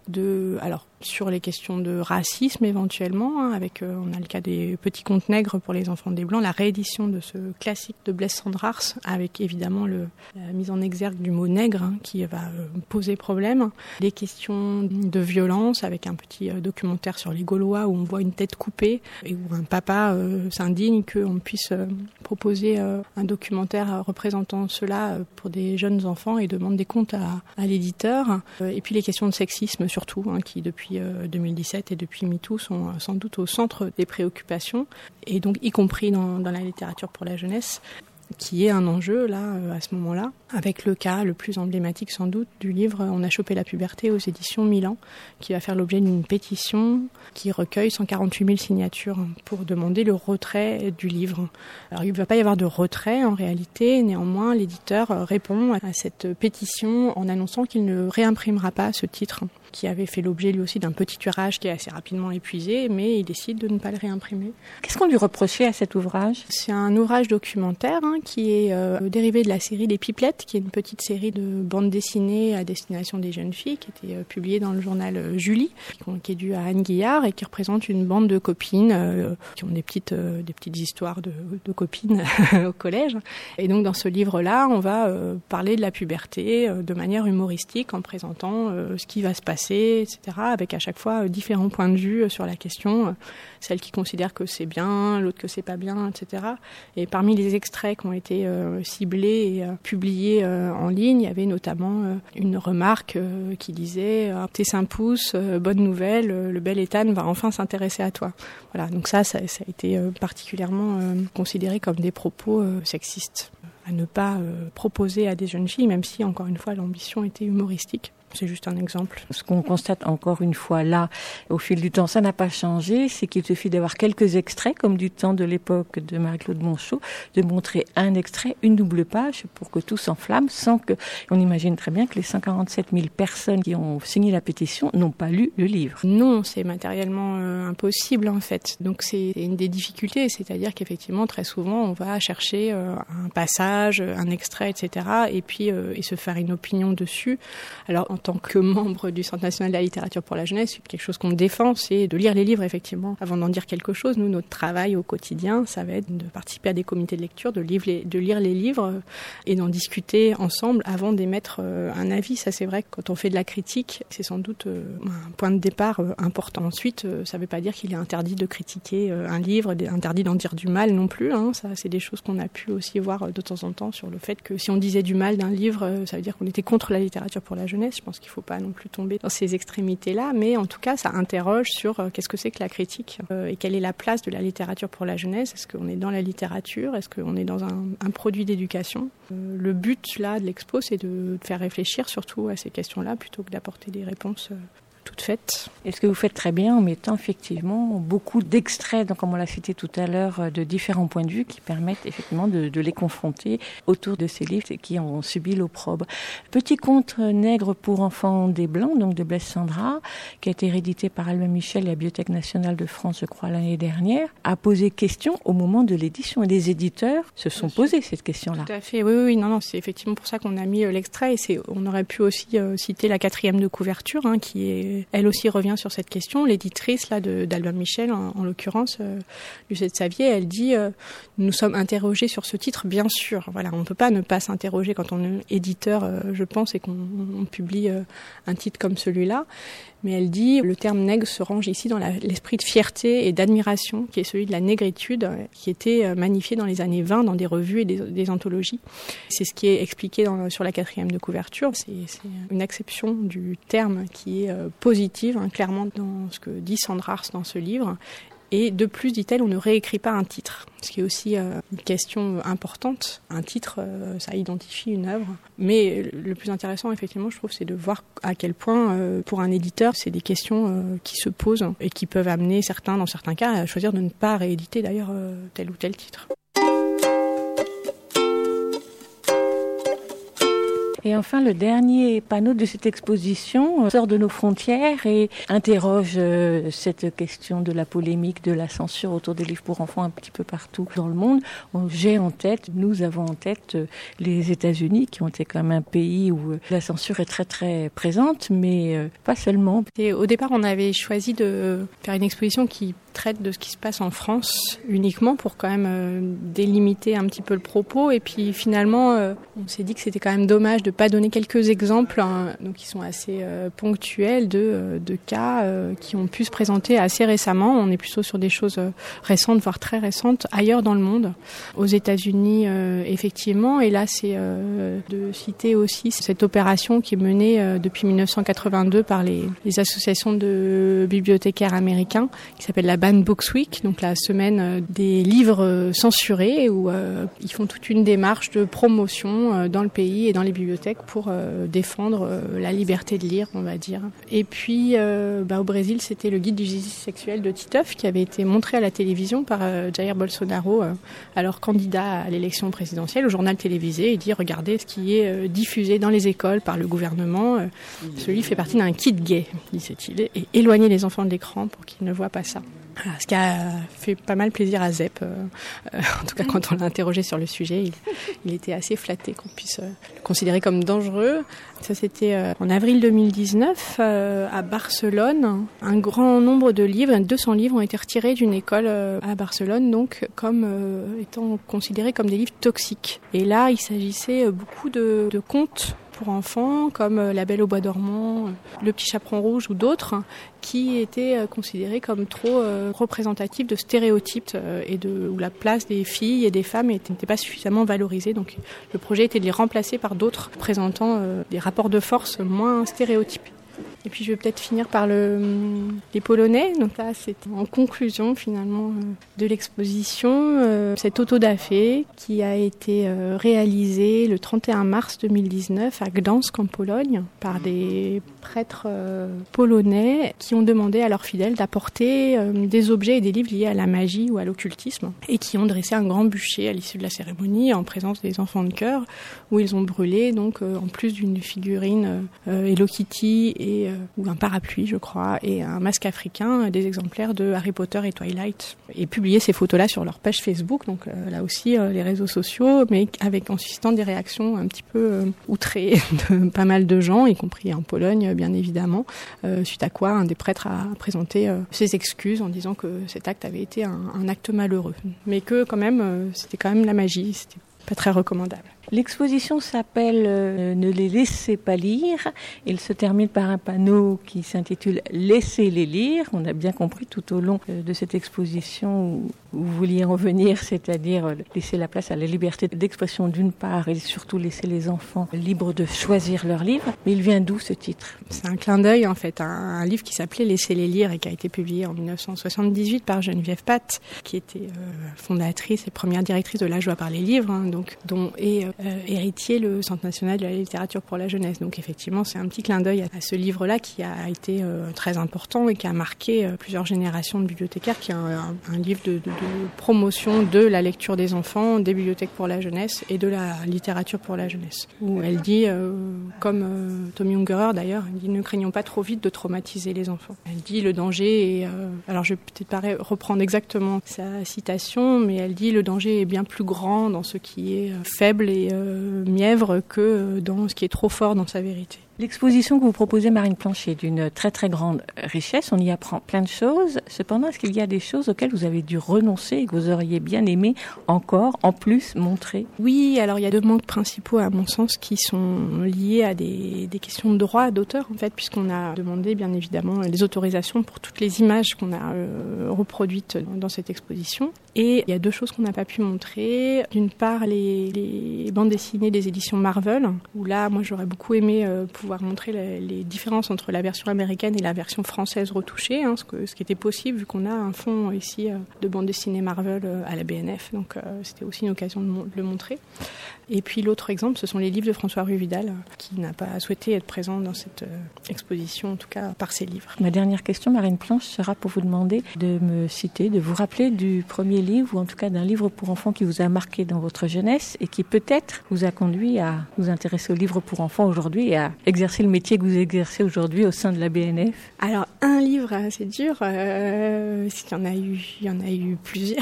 [SPEAKER 5] sur les questions de racisme éventuellement, avec on a le cas des Petits Contes Nègres pour les enfants des Blancs, la réédition de ce classique de Blaise Cendrars, avec évidemment la mise en exergue du mot nègre qui va poser problème. Les questions de violence, avec un petit documentaire sur les Gaulois où on voit une tête coupée et où un papa s'indigne qu'on puisse proposer un documentaire représentant cela pour des jeunes enfants et demande des comptes à l'éditeur. Et puis les questions de sexisme surtout, qui depuis 2017 et depuis MeToo sont sans doute au centre des préoccupations, et donc y compris dans la littérature pour la jeunesse, qui est un enjeu là à ce moment-là, avec le cas le plus emblématique sans doute du livre « On a chopé la puberté » aux éditions Milan, qui va faire l'objet d'une pétition qui recueille 148 000 signatures pour demander le retrait du livre. Alors il ne va pas y avoir de retrait en réalité, néanmoins l'éditeur répond à cette pétition en annonçant qu'il ne réimprimera pas ce titre, qui avait fait l'objet lui aussi d'un petit tirage qui est assez rapidement épuisé, mais il décide de ne pas le réimprimer.
[SPEAKER 3] Qu'est-ce qu'on lui reprochait à cet ouvrage ?
[SPEAKER 5] C'est un ouvrage documentaire qui est dérivé de la série Les Pipelettes, qui est une petite série de bandes dessinées à destination des jeunes filles, qui était publiée dans le journal Julie, qui est due à Anne Guillard et qui représente une bande de copines qui ont des petites histoires de copines au collège. Et donc dans ce livre-là, on va parler de la puberté de manière humoristique en présentant ce qui va se passer, etc., avec à chaque fois différents points de vue sur la question, celle qui considère que c'est bien, l'autre que c'est pas bien, etc. Et parmi les extraits qui ont été ciblés et publiés en ligne, il y avait notamment une remarque qui disait « Tes 5 pouces, bonne nouvelle, le bel Ethan va enfin s'intéresser à toi ». Voilà, donc ça a été particulièrement considéré comme des propos sexistes à ne pas proposer à des jeunes filles, même si, encore une fois, l'ambition était humoristique. C'est juste un exemple.
[SPEAKER 3] Ce qu'on constate encore une fois là, au fil du temps, ça n'a pas changé, c'est qu'il suffit d'avoir quelques extraits, comme du temps de l'époque de Marie-Claude Monchot, de montrer un extrait, une double page, pour que tout s'enflamme, sans que... On imagine très bien que les 147 000 personnes qui ont signé la pétition n'ont pas lu le livre.
[SPEAKER 5] Non, c'est matériellement impossible en fait. Donc c'est une des difficultés, c'est-à-dire qu'effectivement, très souvent, on va chercher un passage, un extrait, etc., et puis et se faire une opinion dessus. Alors, en tant que membre du Centre national de la littérature pour la jeunesse, quelque chose qu'on défend, c'est de lire les livres, effectivement, avant d'en dire quelque chose. Nous, notre travail au quotidien, ça va être de participer à des comités de lecture, de lire les livres et d'en discuter ensemble avant d'émettre un avis. Ça, c'est vrai que quand on fait de la critique, c'est sans doute un point de départ important. Ensuite, ça ne veut pas dire qu'il est interdit de critiquer un livre, interdit d'en dire du mal non plus. Ça, c'est des choses qu'on a pu aussi voir de temps en temps sur le fait que si on disait du mal d'un livre, ça veut dire qu'on était contre la littérature pour la jeunesse. Je pense qu'il ne faut pas non plus tomber dans ces extrémités-là, mais en tout cas, ça interroge sur qu'est-ce que c'est que la critique et quelle est la place de la littérature pour la jeunesse. Est-ce qu'on est dans la littérature ? Est-ce qu'on est dans un produit d'éducation ? Le but là de l'expo, c'est de faire réfléchir surtout à ces questions-là plutôt que d'apporter des réponses toute faite.
[SPEAKER 3] Et ce que vous faites très bien en mettant effectivement beaucoup d'extraits, donc comme on l'a cité tout à l'heure, de différents points de vue qui permettent effectivement de les confronter autour de ces livres qui ont subi l'opprobre. Petit conte nègre pour enfants des Blancs, donc de Blaise Cendrars, qui a été réédité par Albin Michel et la Bibliothèque nationale de France, je crois, l'année dernière, a posé question au moment de l'édition. Et les éditeurs se sont posés cette question-là.
[SPEAKER 5] Tout à fait, oui, non, c'est effectivement pour ça qu'on a mis l'extrait. Et on aurait pu aussi citer la 4e de couverture, qui elle aussi revient sur cette question. L'éditrice là d'Albin Michel, en l'occurrence, Lucette Savier, elle dit nous sommes interrogés sur ce titre, bien sûr. Voilà, on ne peut pas ne pas s'interroger quand on est éditeur, je pense, et qu'on publie un titre comme celui-là. Mais elle dit le terme nègre se range ici dans l'esprit de fierté et d'admiration qui est celui de la négritude, qui était magnifié dans les années 20 dans des revues et des anthologies. C'est ce qui est expliqué sur la 4e de couverture. C'est une acception du terme qui est positive, clairement dans ce que dit Cendrars dans ce livre. Et de plus, dit-elle, on ne réécrit pas un titre, ce qui est aussi une question importante. Un titre, ça identifie une œuvre. Mais le plus intéressant, effectivement, je trouve, c'est de voir à quel point, pour un éditeur, c'est des questions qui se posent et qui peuvent amener certains, dans certains cas, à choisir de ne pas rééditer d'ailleurs tel ou tel titre.
[SPEAKER 3] Et enfin, le dernier panneau de cette exposition sort de nos frontières et interroge cette question de la polémique, de la censure autour des livres pour enfants un petit peu partout dans le monde. Nous avons en tête les États-Unis, qui ont été quand même un pays où la censure est très très présente, mais pas seulement.
[SPEAKER 5] Et au départ, on avait choisi de faire une exposition qui traite de ce qui se passe en France uniquement pour quand même délimiter un petit peu le propos. Et puis finalement, on s'est dit que c'était quand même dommage de pas donner quelques exemples, donc qui sont assez ponctuels de cas qui ont pu se présenter assez récemment. On est plutôt sur des choses récentes, voire très récentes, ailleurs dans le monde. Aux États-Unis, effectivement. Et là, c'est de citer aussi cette opération qui est menée depuis 1982 par les associations de bibliothécaires américains, qui s'appelle la Banned Books Week, donc la semaine des livres censurés, où ils font toute une démarche de promotion dans le pays et dans les bibliothèques pour défendre la liberté de lire, on va dire. Et puis, au Brésil, c'était le guide du justice sexuel de Titeuf qui avait été montré à la télévision par Jair Bolsonaro, alors candidat à l'élection présidentielle, au journal télévisé, et dit regardez ce qui est diffusé dans les écoles par le gouvernement. Ce livre fait partie d'un kit gay, disait-il, et éloignez les enfants de l'écran pour qu'ils ne voient pas ça. Voilà, ce qui a fait pas mal plaisir à Zep. En tout cas, quand on l'a interrogé sur le sujet, il était assez flatté qu'on puisse le considérer comme dangereux. Ça, c'était en avril 2019 à Barcelone. Un grand nombre de livres, 200 livres, ont été retirés d'une école à Barcelone, donc comme étant considérés comme des livres toxiques. Et là, il s'agissait beaucoup de contes pour enfants, comme La Belle au bois dormant, Le Petit Chaperon rouge ou d'autres, qui étaient considérés comme trop représentatifs de stéréotypes et où la place des filles et des femmes n'était pas suffisamment valorisée. Donc le projet était de les remplacer par d'autres présentant des rapports de force moins stéréotypés. Et puis je vais peut-être finir par les Polonais. Donc là, c'est en conclusion finalement de l'exposition, cet autodafé qui a été réalisé le 31 mars 2019 à Gdansk en Pologne par des prêtres polonais qui ont demandé à leurs fidèles d'apporter des objets et des livres liés à la magie ou à l'occultisme et qui ont dressé un grand bûcher à l'issue de la cérémonie en présence des enfants de chœur où ils ont brûlé donc en plus d'une figurine Hello Kitty ou un parapluie, je crois, et un masque africain, des exemplaires de Harry Potter et Twilight. Et publier ces photos-là sur leur page Facebook, donc là aussi les réseaux sociaux, mais en suscitant des réactions un petit peu outrées de pas mal de gens, y compris en Pologne, bien évidemment, suite à quoi un des prêtres a présenté ses excuses en disant que cet acte avait été un acte malheureux. Mais que quand même, c'était quand même la magie, c'était pas très recommandable.
[SPEAKER 3] L'exposition s'appelle Ne les laissez pas lire. Il se termine par un panneau qui s'intitule Laissez-les lire. On a bien compris tout au long de cette exposition où vous vouliez en venir, c'est-à-dire laisser la place à la liberté d'expression d'une part et surtout laisser les enfants libres de choisir leurs livres. Mais il vient d'où ce titre ?
[SPEAKER 5] C'est un clin d'œil en fait, un livre qui s'appelait Laissez-les lire et qui a été publié en 1978 par Geneviève Path, qui était fondatrice et première directrice de La Joie par les livres, dont est héritier le Centre national de la littérature pour la jeunesse. Donc effectivement, c'est un petit clin d'œil à ce livre-là qui a été très important et qui a marqué plusieurs générations de bibliothécaires, qui est un livre de promotion de la lecture des enfants, des bibliothèques pour la jeunesse et de la littérature pour la jeunesse. Où elle dit, comme Tommy Ungerer d'ailleurs, elle dit « Ne craignons pas trop vite de traumatiser les enfants ». Elle dit le danger est... alors je vais peut-être pas reprendre exactement sa citation, mais elle dit le danger est bien plus grand dans ce qui est faible et mièvre que dans ce qui est trop fort dans sa vérité.
[SPEAKER 3] L'exposition que vous proposez, Marine Plancher, est d'une très très grande richesse. On y apprend plein de choses. Cependant, est-ce qu'il y a des choses auxquelles vous avez dû renoncer et que vous auriez bien aimé encore, en plus, montrer ?
[SPEAKER 5] Oui, alors il y a deux manques principaux à mon sens qui sont liés à des questions de droit d'auteur, en fait, puisqu'on a demandé bien évidemment les autorisations pour toutes les images qu'on a reproduites dans cette exposition. Et il y a deux choses qu'on n'a pas pu montrer. D'une part, les bandes dessinées des éditions Marvel, où là, moi, j'aurais beaucoup aimé pouvoir montrer les différences entre la version américaine et la version française retouchée, ce qui était possible vu qu'on a un fonds ici de bande dessinée Marvel à la BNF, donc c'était aussi une occasion de le montrer. Et puis l'autre exemple, ce sont les livres de François-Ruy Vidal, qui n'a pas souhaité être présent dans cette exposition, en tout cas par ses livres.
[SPEAKER 3] Ma dernière question, Marine Planche, sera pour vous demander de me citer, de vous rappeler du premier livre, ou en tout cas d'un livre pour enfants qui vous a marqué dans votre jeunesse et qui peut-être vous a conduit à vous intéresser aux livres pour enfants aujourd'hui et à exercer le métier que vous exercez aujourd'hui au sein de la BNF.
[SPEAKER 5] Alors, un livre, c'est dur, il y en a eu plusieurs.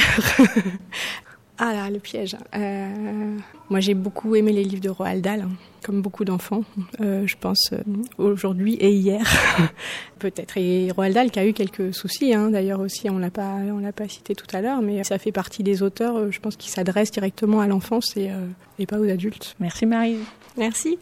[SPEAKER 5] Ah là, le piège. Moi, j'ai beaucoup aimé les livres de Roald Dahl, comme beaucoup d'enfants, je pense, aujourd'hui et hier, peut-être. Et Roald Dahl qui a eu quelques soucis, d'ailleurs aussi, on l'a pas cité tout à l'heure, mais ça fait partie des auteurs, je pense, qui s'adressent directement à l'enfance et pas aux adultes.
[SPEAKER 3] Merci Marie.
[SPEAKER 5] Merci.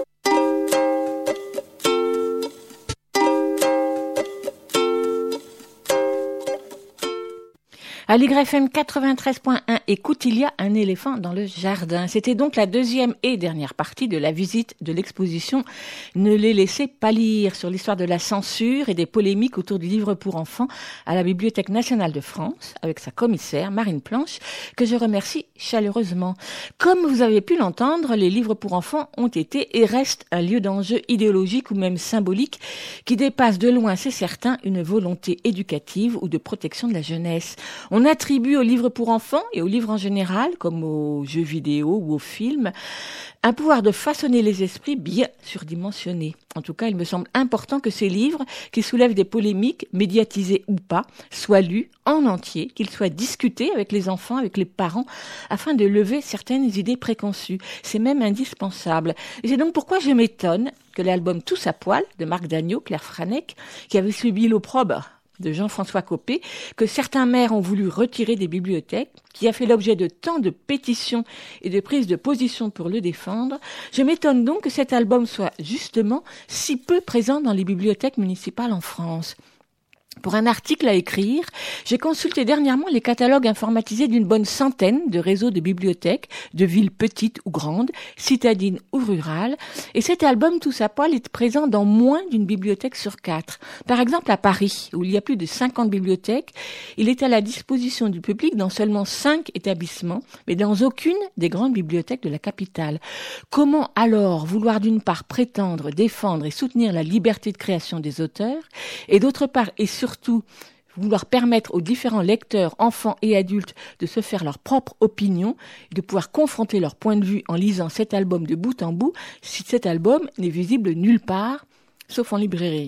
[SPEAKER 3] À l'YFM 93.1, écoute, il y a un éléphant dans le jardin. C'était donc la deuxième et dernière partie de la visite de l'exposition Ne les laissez pas lire, sur l'histoire de la censure et des polémiques autour du livre pour enfants à la Bibliothèque nationale de France, avec sa commissaire Marine Planche, que je remercie chaleureusement. Comme vous avez pu l'entendre, les livres pour enfants ont été et restent un lieu d'enjeu idéologique ou même symbolique qui dépasse de loin, c'est certain, une volonté éducative ou de protection de la jeunesse. On attribue aux livres pour enfants et aux livres en général, comme aux jeux vidéo ou aux films, un pouvoir de façonner les esprits bien surdimensionné. En tout cas, il me semble important que ces livres, qui soulèvent des polémiques, médiatisées ou pas, soient lus en entier, qu'ils soient discutés avec les enfants, avec les parents, afin de lever certaines idées préconçues. C'est même indispensable. Et c'est donc pourquoi je m'étonne que l'album Tous à poil, de Marc Dagneau, Claire Franec, qui avait subi l'opprobre de Jean-François Copé, que certains maires ont voulu retirer des bibliothèques, qui a fait l'objet de tant de pétitions et de prises de position pour le défendre, je m'étonne donc que cet album soit justement si peu présent dans les bibliothèques municipales en France. Pour un article à écrire, j'ai consulté dernièrement les catalogues informatisés d'une bonne centaine de réseaux de bibliothèques, de villes petites ou grandes, citadines ou rurales, et cet album Tous à poil est présent dans moins d'une bibliothèque sur 4. Par exemple à Paris, où il y a plus de 50 bibliothèques, il est à la disposition du public dans seulement 5 établissements, mais dans aucune des grandes bibliothèques de la capitale. Comment alors vouloir d'une part prétendre, défendre et soutenir la liberté de création des auteurs, et d'autre part et surtout vouloir permettre aux différents lecteurs, enfants et adultes de se faire leur propre opinion, de pouvoir confronter leur point de vue en lisant cet album de bout en bout, si cet album n'est visible nulle part, sauf en librairie.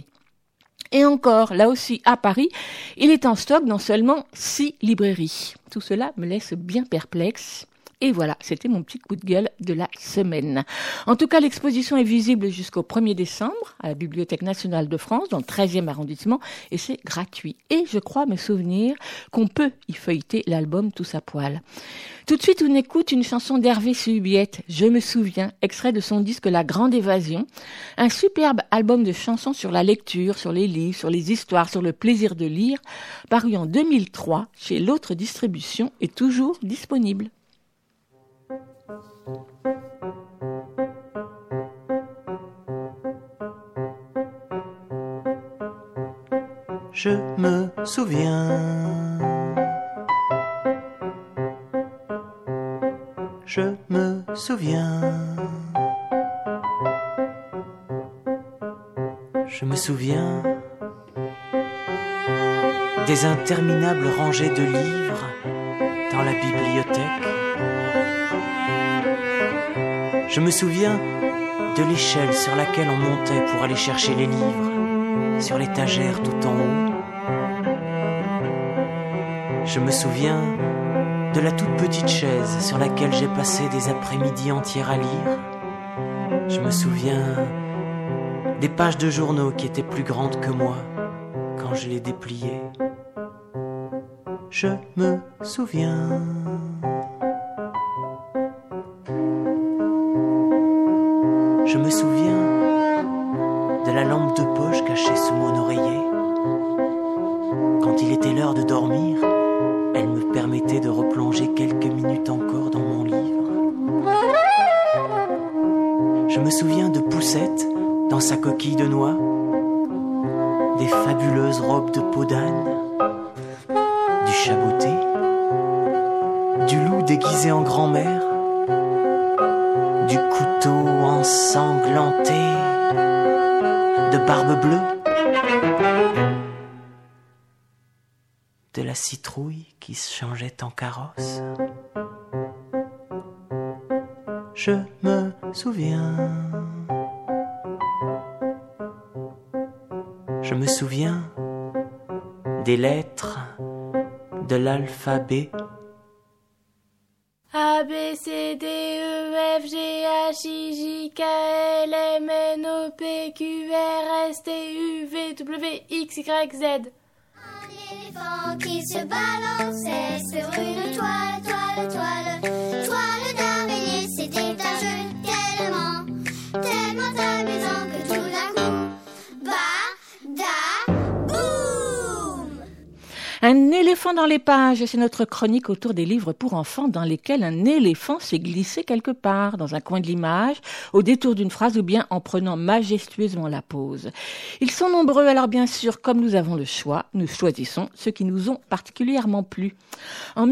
[SPEAKER 3] Et encore, là aussi, à Paris, il est en stock dans seulement 6 librairies. Tout cela me laisse bien perplexe. Et voilà, c'était mon petit coup de gueule de la semaine. En tout cas, l'exposition est visible jusqu'au 1er décembre à la Bibliothèque nationale de France, dans le 13e arrondissement, et c'est gratuit. Et je crois me souvenir qu'on peut y feuilleter l'album Tous à poil. Tout de suite, on écoute une chanson d'Hervé Subiette, Je me souviens, extrait de son disque La Grande Évasion, un superbe album de chansons sur la lecture, sur les livres, sur les histoires, sur le plaisir de lire, paru en 2003 chez l'autre distribution et toujours disponible.
[SPEAKER 6] Je me souviens, je me souviens. Je me souviens des interminables rangées de livres dans la bibliothèque. Je me souviens de l'échelle sur laquelle on montait pour aller chercher les livres, sur l'étagère tout en haut. Je me souviens de la toute petite chaise sur laquelle j'ai passé des après-midi entières à lire. Je me souviens des pages de journaux qui étaient plus grandes que moi quand je les dépliais. Je me souviens. Je me souviens de la lampe de poche cachée sous mon oreiller. Quand il était l'heure de dormir, elle me permettait de replonger quelques minutes encore dans mon livre. Je me souviens de Poussette dans sa coquille de noix, des fabuleuses robes de peau d'âne, du chaboté, du loup déguisé en grand-mère, du couteau ensanglanté, de Barbe Bleue, de la citrouille qui se changeait en carrosse. Je me souviens. Je me souviens des lettres de l'alphabet.
[SPEAKER 7] A, B, C, D, E, F, G, H, I, J, K, L, M, N, O, P, Q, R, S, T, U, V, W, X, Y, Z.
[SPEAKER 8] Un éléphant qui se balançait sur une toile, toile, toile, toile d'araignée. C'était un jeu tellement, tellement amusant que tout d'un coup, boum!
[SPEAKER 3] Un éléphant dans les pages, c'est notre chronique autour des livres pour enfants dans lesquels un éléphant s'est glissé quelque part, dans un coin de l'image, au détour d'une phrase ou bien en prenant majestueusement la pause. Ils sont nombreux, alors bien sûr, comme nous avons le choix, nous choisissons ceux qui nous ont particulièrement plu. En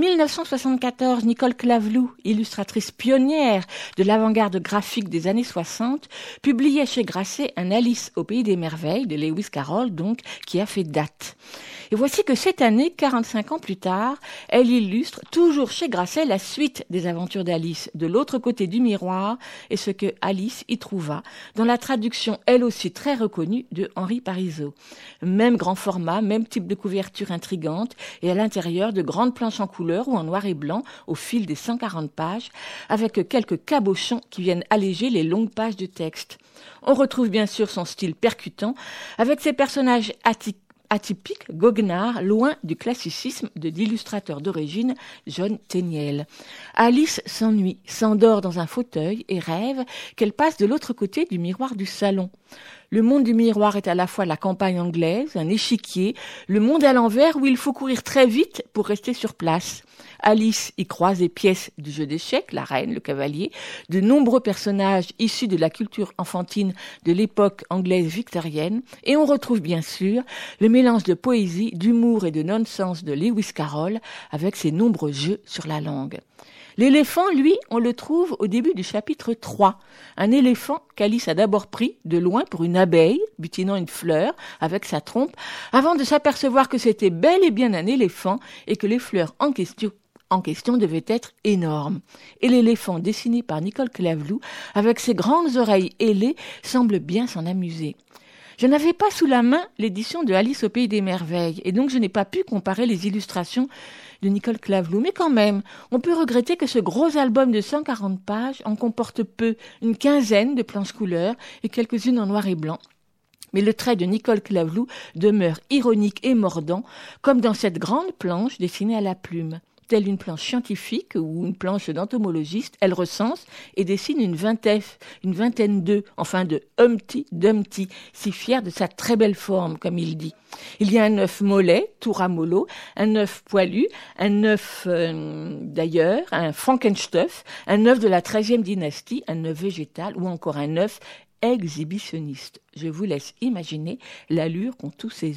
[SPEAKER 3] 1974, Nicole Clavlou, illustratrice pionnière de l'avant-garde graphique des années 60, publiait chez Grasset un Alice au pays des merveilles, de Lewis Carroll donc, qui a fait date. Et voici que cette année, 45 ans plus tard, elle illustre, toujours chez Grasset, la suite des aventures d'Alice, de l'autre côté du miroir, et ce que Alice y trouva, dans la traduction, elle aussi très reconnue, de Henri Parizeau. Même grand format, même type de couverture intrigante, et à l'intérieur de grandes planches en couleur ou en noir et blanc, au fil des 140 pages, avec quelques cabochons qui viennent alléger les longues pages de texte. On retrouve bien sûr son style percutant, avec ses personnages atypique, goguenard, loin du classicisme de l'illustrateur d'origine John Tenniel. Alice s'ennuie, s'endort dans un fauteuil et rêve qu'elle passe de l'autre côté du miroir du salon. Le monde du miroir est à la fois la campagne anglaise, un échiquier, le monde à l'envers où il faut courir très vite pour rester sur place. Alice y croise des pièces du jeu d'échecs, la reine, le cavalier, de nombreux personnages issus de la culture enfantine de l'époque anglaise victorienne, et on retrouve bien sûr le mélange de poésie, d'humour et de nonsense de Lewis Carroll avec ses nombreux jeux sur la langue. L'éléphant, lui, on le trouve au début du chapitre 3. Un éléphant qu'Alice a d'abord pris de loin pour une abeille, butinant une fleur avec sa trompe, avant de s'apercevoir que c'était bel et bien un éléphant et que les fleurs en question devaient être énormes. Et l'éléphant dessiné par Nicole Clavlou, avec ses grandes oreilles ailées, semble bien s'en amuser. Je n'avais pas sous la main l'édition de Alice au pays des merveilles, et donc je n'ai pas pu comparer les illustrations de Nicole Clavlou. Mais quand même, on peut regretter que ce gros album de 140 pages en comporte peu, une quinzaine de planches couleurs et quelques-unes en noir et blanc. Mais le trait de Nicole Clavlou demeure ironique et mordant, comme dans cette grande planche dessinée à la plume. Telle une planche scientifique ou une planche d'entomologiste, elle recense et dessine une vingtaine d'œufs, enfin de Humpty Dumpty, si fier de sa très belle forme, comme il dit. Il y a un œuf mollet, tout ramollo, un œuf poilu, un œuf d'ailleurs, un Frankenstuff, un œuf de la 13e dynastie, un œuf végétal ou encore un œuf exhibitionniste. Je vous laisse imaginer l'allure qu'ont tous ces œufs.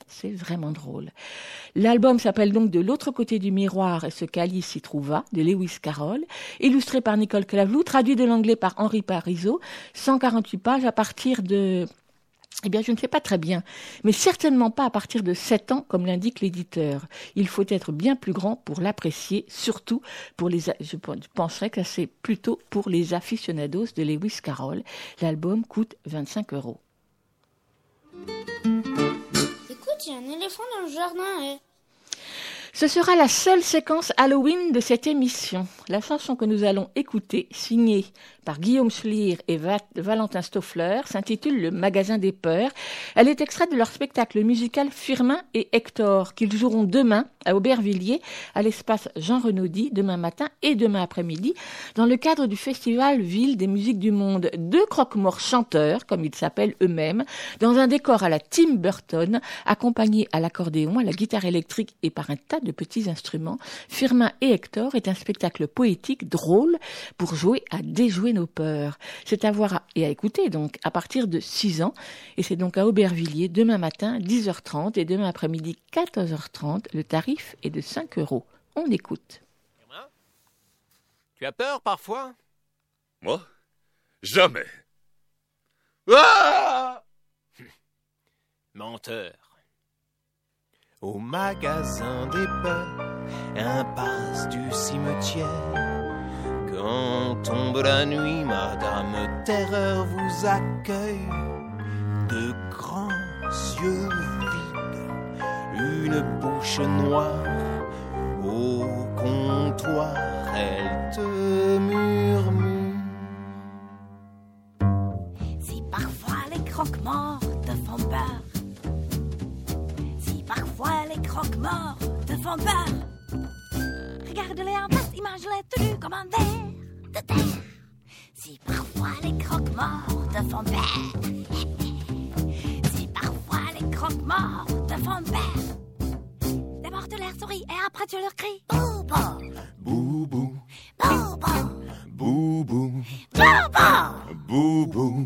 [SPEAKER 3] C'est vraiment drôle. L'album s'appelle donc De l'autre côté du miroir et ce qu'Alice s'y trouva, de Lewis Carroll, illustré par Nicole Clavlou, traduit de l'anglais par Henri Parizeau, 148 pages à partir de... Eh bien, je ne sais pas très bien, mais certainement pas à partir de 7 ans, comme l'indique l'éditeur. Il faut être bien plus grand pour l'apprécier, surtout pour les... Je penserais que c'est plutôt pour les aficionados de Lewis Carroll. L'album coûte 25 €.
[SPEAKER 7] Écoute, il y a un éléphant dans le jardin.
[SPEAKER 3] Ce sera la seule séquence Halloween de cette émission. La chanson que nous allons écouter, signée par Guillaume Schlier et Valentin Stoffler, s'intitule Le Magasin des Peurs. Elle est extraite de leur spectacle musical Firmin et Hector, qu'ils joueront demain à Aubervilliers, à l'espace Jean Renaudy, demain matin et demain après-midi, dans le cadre du festival Ville des musiques du monde. 2 croque-morts chanteurs, comme ils s'appellent eux-mêmes, dans un décor à la Tim Burton, accompagnés à l'accordéon, à la guitare électrique et par un tas de petits instruments. Firmin et Hector est un spectacle poétique, drôle, pour jouer à déjouer nos peurs. C'est à voir et à écouter, donc, à partir de 6 ans. Et c'est donc à Aubervilliers, demain matin, 10h30 et demain après-midi, 14h30. Le tarif est de 5 €. On écoute.
[SPEAKER 9] Tu as peur parfois ?
[SPEAKER 10] Moi ? Jamais. Ah !
[SPEAKER 9] Menteur. Au magasin des peurs, impasse du cimetière. Quand tombe la nuit, Madame Terreur vous accueille. De grands yeux vides, une bouche noire. Au comptoir, elle te murmure.
[SPEAKER 11] Si parfois les croque-morts te font peur, si parfois les croque-morts te font peur, regarde-les en face, imagine-les tenus comme un ver de terre. Si parfois les croque-morts te font peur, si parfois les croque-morts te font peur, d'abord tu leur souris et après tu leur cries Boubou,
[SPEAKER 10] Boubou,
[SPEAKER 11] Boubou,
[SPEAKER 10] Boubou,
[SPEAKER 11] Boubou.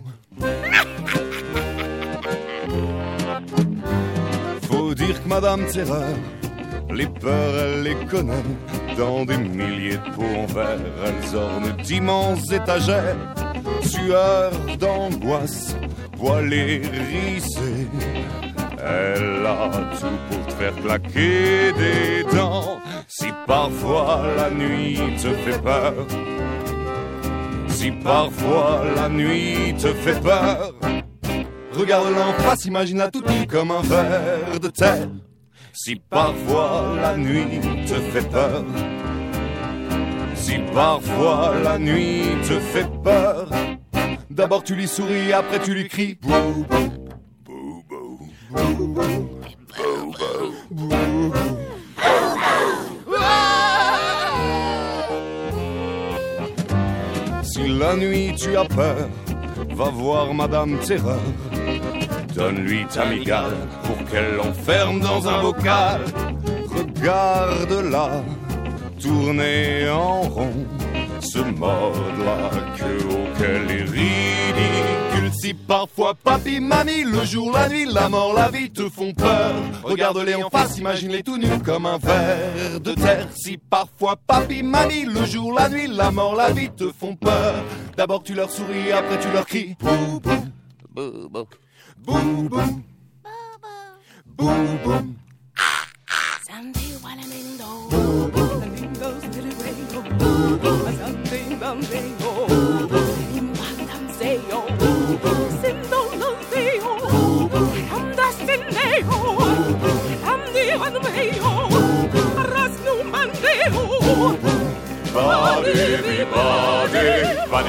[SPEAKER 10] Faut dire que Madame Terreur, les peurs elle les connaît. Dans des milliers de pots en verre, elles ornent d'immenses étagères. Sueur d'angoisse, poils hérissés, elle a tout pour te faire claquer des dents. Si parfois la nuit te fait peur, si parfois la nuit te fait peur, regarde-la en face, imagine-la toute nue comme un ver de terre. Si parfois la nuit te fait peur, si parfois la nuit te fait peur, d'abord tu lui souris, après tu lui cries Boubou, Boubou, Boubou, Boubou, Boubou. Si la nuit tu as peur, va voir Madame Terreur. Donne-lui ta migale pour qu'elle l'enferme dans un bocal. Regarde-la tourner en rond, se mordre la queue auquel est ridicule. Si parfois papi, mamie, le jour, la nuit, la mort, la vie te font peur, regarde-les en face, imagine-les tout nus comme un ver de terre. Si parfois papi, mamie, le jour, la nuit, la mort, la vie te font peur, d'abord tu leur souris, après tu leur cries Boubou, Boubou, Boum boum, boum boum.
[SPEAKER 11] Someday while I'm in the
[SPEAKER 10] Boum boum,
[SPEAKER 11] windows till it rains. Boom boom, something someday oh. In what I'm saying oh. Boom boom, simple nothing oh. I'm destiny oh. I'm the one way oh. Ras no Monday oh.
[SPEAKER 10] body, body, body,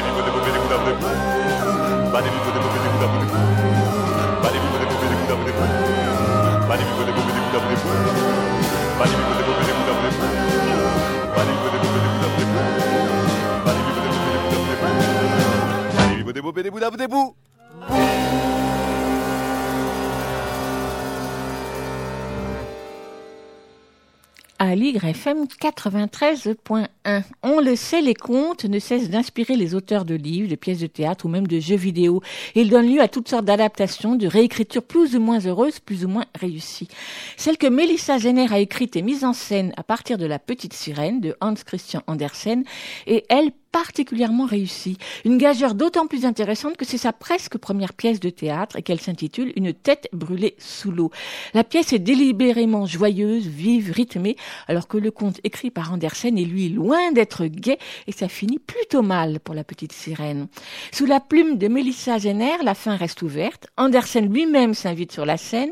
[SPEAKER 3] à Ligre FM 93.1. 1. On le sait, les contes ne cessent d'inspirer les auteurs de livres, de pièces de théâtre ou même de jeux vidéo. Ils donnent lieu à toutes sortes d'adaptations, de réécritures plus ou moins heureuses, plus ou moins réussies. Celle que Melissa Jenner a écrite et mise en scène à partir de La Petite Sirène de Hans Christian Andersen est, elle, particulièrement réussie. Une gageure d'autant plus intéressante que c'est sa presque première pièce de théâtre et qu'elle s'intitule Une tête brûlée sous l'eau. La pièce est délibérément joyeuse, vive, rythmée, alors que le conte écrit par Andersen est lui loin d'être gai et ça finit plutôt mal pour La Petite Sirène. Sous la plume de Melissa Jenner, la fin reste ouverte. Andersen lui-même s'invite sur la scène.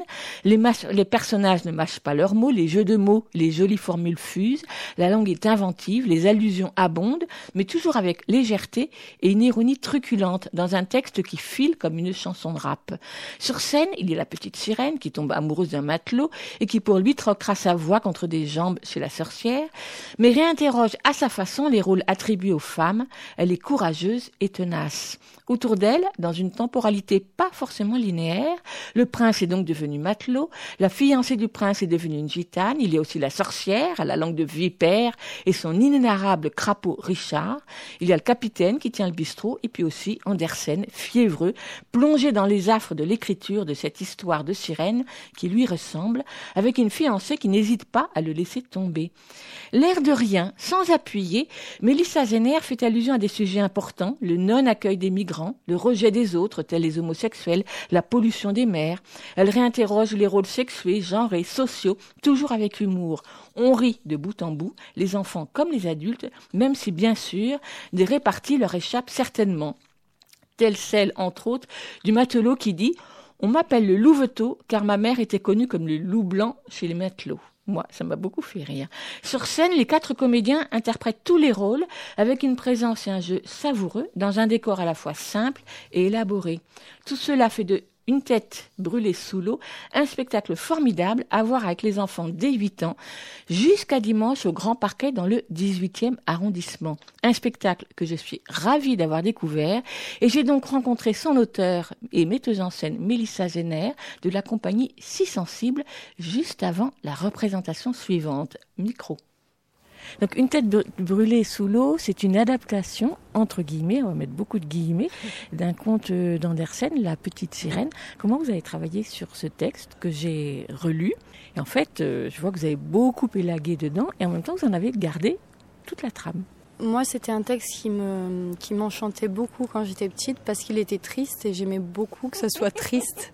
[SPEAKER 3] Les personnages ne mâchent pas leurs mots, les jeux de mots, les jolies formules fusent. La langue est inventive, les allusions abondent, mais toujours avec légèreté et une ironie truculente dans un texte qui file comme une chanson de rap. Sur scène, il y a la petite sirène qui tombe amoureuse d'un matelot et qui pour lui troquera sa voix contre des jambes chez la sorcière, mais réinterroge à sa façon les rôles attribués aux femmes. Elle est courageuse et tenace. Autour d'elle, dans une temporalité pas forcément linéaire, le prince est donc devenu matelot, la fiancée du prince est devenue une gitane, il y a aussi la sorcière, à la langue de vipère, et son inénarrable crapaud Richard, il y a le capitaine qui tient le bistrot, et puis aussi Andersen, fiévreux, plongé dans les affres de l'écriture de cette histoire de sirène qui lui ressemble, avec une fiancée qui n'hésite pas à le laisser tomber. L'air de rien, sans appuyer, Melissa Jenner fait allusion à des sujets importants, le non-accueil des migrants, le rejet des autres, tels les homosexuels, la pollution des mers. Elle réinterroge les rôles sexués, genrés, sociaux, toujours avec humour. On rit de bout en bout, les enfants comme les adultes, même si bien sûr, des réparties leur échappent certainement. Telle celle, entre autres, du matelot qui dit « On m'appelle le louveteau car ma mère était connue comme le loup blanc chez les matelots ». Moi, ça m'a beaucoup fait rire. Sur scène, les 4 comédiens interprètent tous les rôles avec une présence et un jeu savoureux dans un décor à la fois simple et élaboré. Tout cela fait de Une tête brûlée sous l'eau, un spectacle formidable à voir avec les enfants dès 8 ans, jusqu'à dimanche au Grand Parquet dans le 18e arrondissement. Un spectacle que je suis ravie d'avoir découvert et j'ai donc rencontré son auteur et metteuse en scène Melissa Jenner de la compagnie Si Sensible juste avant la représentation suivante. Micro. Donc, Une tête brûlée sous l'eau, c'est une adaptation, entre guillemets, on va mettre beaucoup de guillemets, d'un conte d'Andersen, La Petite Sirène. Comment vous avez travaillé sur ce texte que j'ai relu? Et en fait, je vois que vous avez beaucoup élagué dedans et en même temps, vous en avez gardé toute la trame.
[SPEAKER 5] Moi, c'était un texte qui m'enchantait beaucoup quand j'étais petite parce qu'il était triste et j'aimais beaucoup que ça soit triste.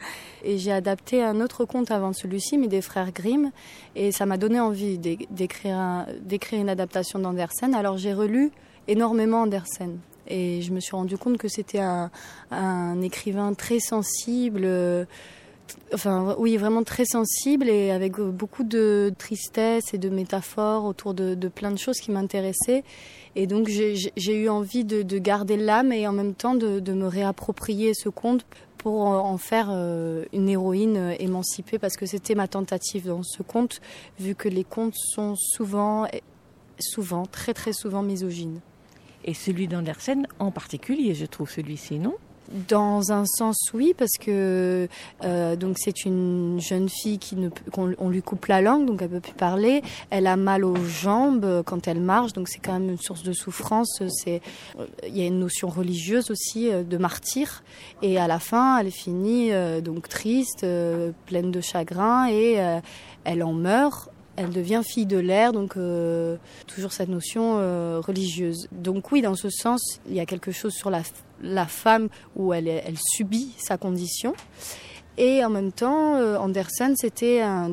[SPEAKER 5] Et j'ai adapté un autre conte avant celui-ci, mais des frères Grimm. Et ça m'a donné envie d'écrire une adaptation d'Andersen. Alors j'ai relu énormément Andersen. Et je me suis rendu compte que c'était un écrivain très sensible. Vraiment très sensible et avec beaucoup de tristesse et de métaphores autour de plein de choses qui m'intéressaient. Et donc j'ai eu envie de garder l'âme et en même temps de me réapproprier ce conte pour en faire une héroïne émancipée, parce que c'était ma tentative dans ce conte, vu que les contes sont souvent, très très souvent misogynes.
[SPEAKER 3] Et celui d'Andersen en particulier, je trouve celui-ci, non ?
[SPEAKER 5] Dans un sens, oui, parce que donc c'est une jeune fille qu'on lui coupe la langue, donc elle peut plus parler. Elle a mal aux jambes quand elle marche, donc c'est quand même une source de souffrance. Il y a une notion religieuse aussi de martyr. Et à la fin, elle finit donc triste, pleine de chagrin, et elle en meurt. Elle devient fille de l'air, donc toujours cette notion religieuse. Donc oui, dans ce sens, il y a quelque chose sur la femme où elle subit sa condition. Et en même temps, Andersen, c'était un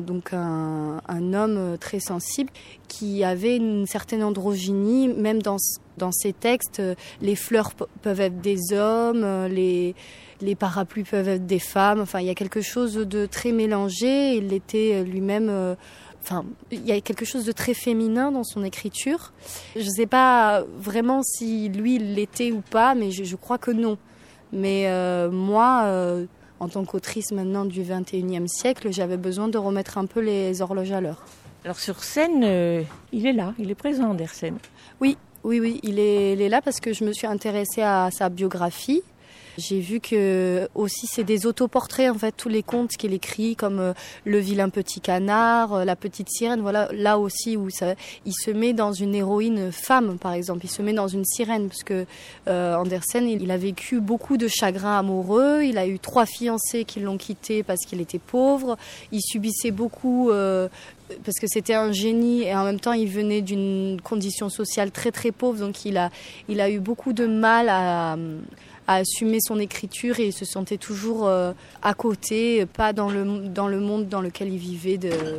[SPEAKER 5] homme très sensible qui avait une certaine androgynie, même dans ses textes. Les fleurs peuvent être des hommes, les parapluies peuvent être des femmes. Enfin, il y a quelque chose de très mélangé. Il était lui-même... il y a quelque chose de très féminin dans son écriture. Je ne sais pas vraiment si lui il l'était ou pas, mais je crois que non. Mais moi, en tant qu'autrice maintenant du XXIe siècle, j'avais besoin de remettre un peu les horloges à l'heure.
[SPEAKER 3] Alors sur scène, il est là, il est présent, Andersen.
[SPEAKER 5] Oui, il est là parce que je me suis intéressée à sa biographie.
[SPEAKER 12] J'ai vu que aussi c'est des autoportraits en fait, tous les contes qu'il écrit comme Le vilain petit canard, La petite sirène, voilà, là aussi où il se met dans une héroïne femme par exemple, il se met dans une sirène parce que Andersen il a vécu beaucoup de chagrins amoureux, il a eu 3 fiancés qui l'ont quitté parce qu'il était pauvre, il subissait beaucoup parce que c'était un génie et en même temps il venait d'une condition sociale très très pauvre, donc il a eu beaucoup de mal à assumer son écriture et il se sentait toujours à côté, pas dans le monde dans lequel il vivait.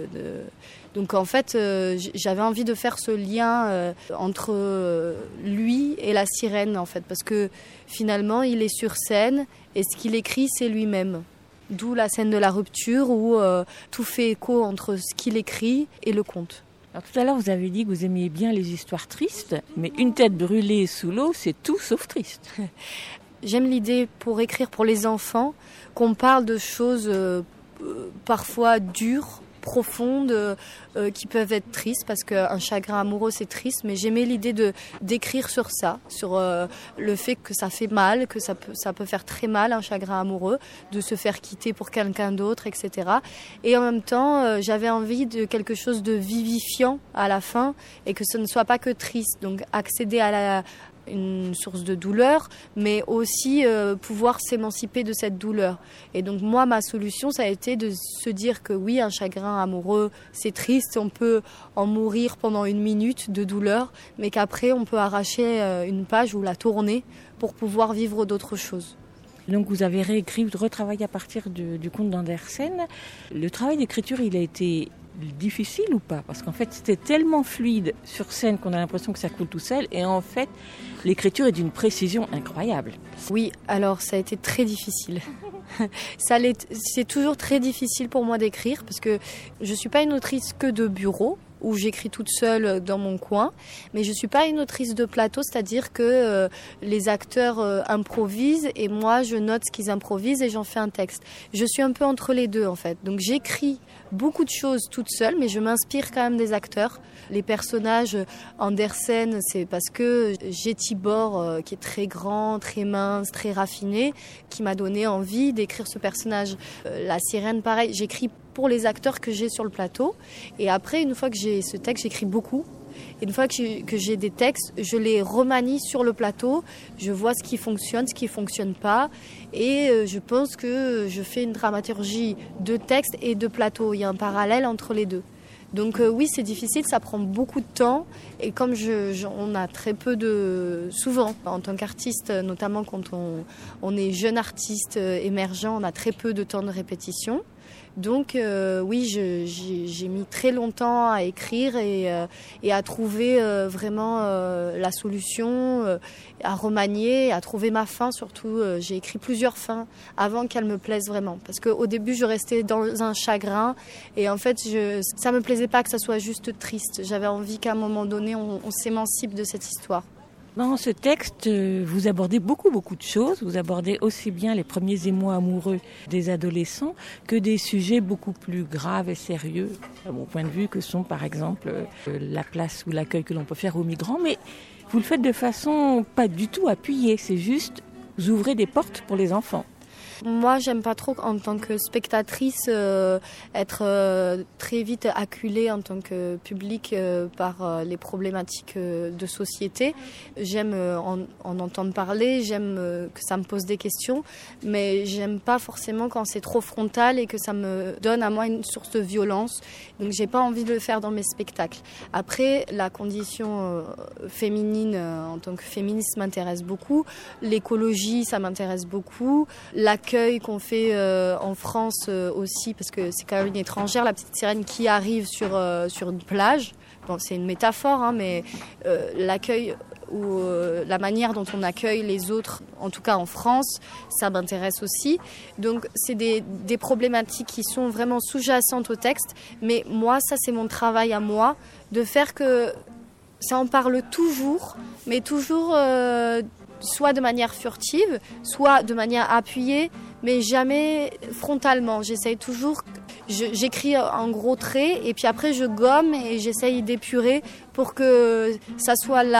[SPEAKER 12] Donc en fait, j'avais envie de faire ce lien entre lui et la sirène en fait, parce que finalement il est sur scène et ce qu'il écrit c'est lui-même. D'où la scène de la rupture où tout fait écho entre ce qu'il écrit et le conte.
[SPEAKER 3] Alors, tout à l'heure, vous avez dit que vous aimiez bien les histoires tristes, mais Une tête brûlée sous l'eau, c'est tout sauf triste.
[SPEAKER 12] J'aime l'idée pour écrire pour les enfants qu'on parle de choses parfois dures, profondes, qui peuvent être tristes, parce qu'un chagrin amoureux c'est triste, mais j'aimais l'idée d'écrire sur ça, sur le fait que ça fait mal, que ça peut faire très mal un chagrin amoureux, de se faire quitter pour quelqu'un d'autre, etc. Et en même temps, j'avais envie de quelque chose de vivifiant à la fin, et que ce ne soit pas que triste, donc accéder à une source de douleur, mais aussi pouvoir s'émanciper de cette douleur. Et donc moi, ma solution, ça a été de se dire que oui, un chagrin amoureux, c'est triste, on peut en mourir pendant 1 minute de douleur, mais qu'après, on peut arracher une page ou la tourner pour pouvoir vivre d'autres choses.
[SPEAKER 3] Donc vous avez réécrit, retravaillé à partir du conte d'Andersen. Le travail d'écriture, il a été difficile ou pas? Parce qu'en fait, c'était tellement fluide sur scène qu'on a l'impression que ça coule tout seul. Et en fait, l'écriture est d'une précision incroyable.
[SPEAKER 12] Oui, alors ça a été très difficile. C'est toujours très difficile pour moi d'écrire parce que je ne suis pas une autrice que de bureau, où j'écris toute seule dans mon coin, mais je ne suis pas une autrice de plateau, c'est-à-dire que les acteurs improvisent et moi je note ce qu'ils improvisent et j'en fais un texte. Je suis un peu entre les deux en fait, donc j'écris beaucoup de choses toute seule, mais je m'inspire quand même des acteurs. Les personnages Andersen, c'est parce que j'ai Tibor qui est très grand, très mince, très raffiné, qui m'a donné envie d'écrire ce personnage. La sirène, pareil, j'écris pour les acteurs que j'ai sur le plateau. Et après, une fois que j'ai ce texte, j'écris beaucoup. Et une fois que j'ai des textes, je les remanie sur le plateau. Je vois ce qui fonctionne pas. Et je pense que je fais une dramaturgie de texte et de plateau. Il y a un parallèle entre les deux. Donc oui, c'est difficile, ça prend beaucoup de temps. Et comme on a très peu de... Souvent, en tant qu'artiste, notamment quand on est jeune artiste émergent, on a très peu de temps de répétition. Donc oui, j'ai mis très longtemps à écrire et à trouver vraiment la solution, à remanier, à trouver ma fin surtout. J'ai écrit plusieurs fins avant qu'elles me plaisent vraiment. Parce qu'au début, je restais dans un chagrin et en fait, ça me plaisait pas que ça soit juste triste. J'avais envie qu'à un moment donné, on s'émancipe de cette histoire.
[SPEAKER 3] Dans ce texte, vous abordez beaucoup de choses. Vous abordez aussi bien les premiers émois amoureux des adolescents que des sujets beaucoup plus graves et sérieux, à mon point de vue, que sont par exemple la place ou l'accueil que l'on peut faire aux migrants. Mais vous le faites de façon pas du tout appuyée, c'est juste vous ouvrez des portes pour les enfants.
[SPEAKER 12] Moi, j'aime pas trop, en tant que spectatrice, être très vite acculée en tant que public par les problématiques de société. J'aime en entendre parler, j'aime que ça me pose des questions, mais j'aime pas forcément quand c'est trop frontal et que ça me donne à moi une source de violence. Donc, j'ai pas envie de le faire dans mes spectacles. Après, la condition féminine en tant que féministe m'intéresse beaucoup. L'écologie, ça m'intéresse beaucoup. L'accueil qu'on fait en France aussi, parce que c'est quand même une étrangère, la petite sirène qui arrive sur une plage. Bon, c'est une métaphore, hein, mais l'accueil ou la manière dont on accueille les autres, en tout cas en France, ça m'intéresse aussi. Donc c'est des problématiques qui sont vraiment sous-jacentes au texte, mais moi, ça c'est mon travail à moi, de faire que ça en parle toujours, mais toujours soit de manière furtive, soit de manière appuyée, mais jamais frontalement. J'essaye toujours, j'écris en gros traits et puis après je gomme et j'essaye d'épurer pour que ça soit là,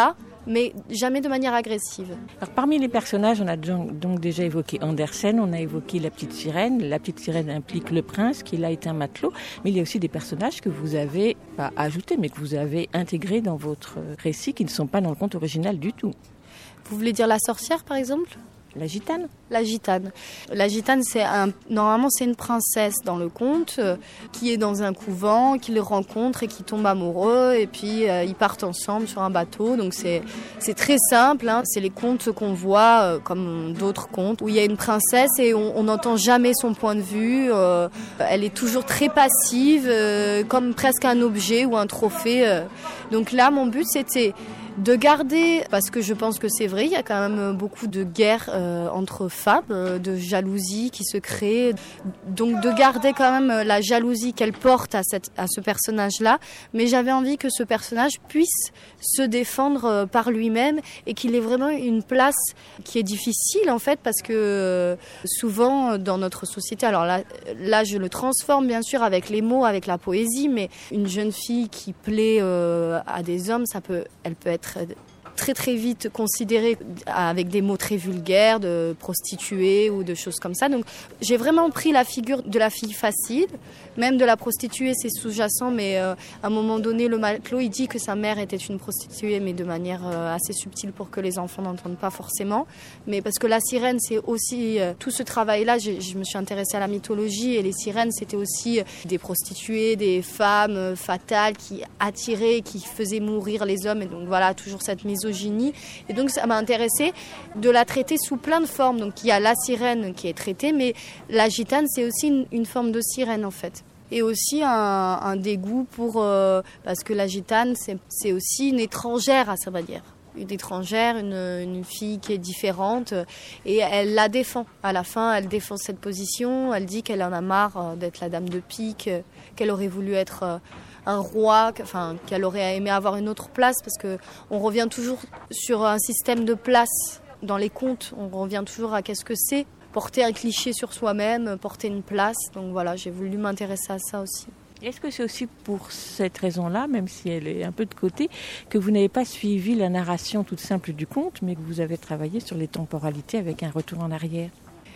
[SPEAKER 12] mais jamais de manière agressive.
[SPEAKER 3] Alors, parmi les personnages, on a donc déjà évoqué Andersen, on a évoqué la petite sirène. La petite sirène implique le prince, qui là est un matelot, mais il y a aussi des personnages que vous avez, pas ajoutés, mais que vous avez intégrés dans votre récit, qui ne sont pas dans le conte original du tout.
[SPEAKER 12] Vous voulez dire la sorcière, par exemple ?
[SPEAKER 3] La gitane ?
[SPEAKER 12] La gitane. La gitane, normalement, c'est une princesse dans le conte qui est dans un couvent, qui le rencontre et qui tombe amoureux. Et puis, ils partent ensemble sur un bateau. Donc, c'est très simple. Hein. C'est les contes qu'on voit, comme d'autres contes, où il y a une princesse et on n'entend jamais son point de vue. Elle est toujours très passive, comme presque un objet ou un trophée. Donc là, mon but, c'était de garder, parce que je pense que c'est vrai, il y a quand même beaucoup de guerres entre femmes, de jalousie qui se crée. Donc de garder quand même la jalousie qu'elle porte à ce personnage-là. Mais j'avais envie que ce personnage puisse se défendre par lui-même et qu'il ait vraiment une place qui est difficile en fait, parce que souvent dans notre société, alors là je le transforme bien sûr avec les mots, avec la poésie, mais une jeune fille qui plaît à des hommes, elle peut être très très vite considérée avec des mots très vulgaires, de prostituée ou de choses comme ça. Donc j'ai vraiment pris la figure de la fille facile, même de la prostituée, c'est sous-jacent, mais à un moment donné, le matelot, il dit que sa mère était une prostituée, mais de manière assez subtile pour que les enfants n'entendent pas forcément. Mais parce que la sirène, c'est aussi tout ce travail-là, je me suis intéressée à la mythologie, et les sirènes, c'était aussi des prostituées, des femmes fatales qui attiraient, qui faisasaient mourir les hommes, et donc voilà, toujours cette misogynie. Et donc ça m'a intéressée de la traiter sous plein de formes. Donc il y a la sirène qui est traitée, mais la gitane, c'est aussi une forme de sirène en fait. Et aussi un dégoût parce que la gitane, c'est aussi une étrangère à sa manière. Une étrangère, une fille qui est différente, et elle la défend. À la fin, elle défend cette position, elle dit qu'elle en a marre d'être la dame de pique, qu'elle aurait voulu être un roi, qu'elle aurait aimé avoir une autre place, parce qu'on revient toujours sur un système de place dans les contes, on revient toujours à qu'est-ce que c'est, porter un cliché sur soi-même, porter une place. Donc voilà, j'ai voulu m'intéresser à ça aussi.
[SPEAKER 3] Est-ce que c'est aussi pour cette raison-là, même si elle est un peu de côté, que vous n'avez pas suivi la narration toute simple du conte, mais que vous avez travaillé sur les temporalités avec un retour en arrière ?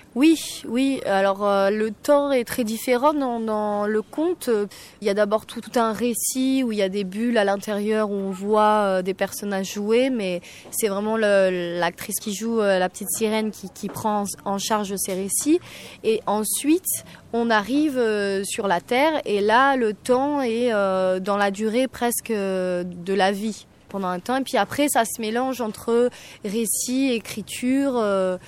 [SPEAKER 12] Oui. Alors le temps est très différent dans le conte. Il y a d'abord tout un récit où il y a des bulles à l'intérieur où on voit des personnages jouer, mais c'est vraiment l'actrice qui joue la petite sirène qui prend en charge ces récits. Et ensuite, on arrive sur la Terre, et là, le temps est dans la durée presque de la vie pendant un temps. Et puis après, ça se mélange entre récit, écriture.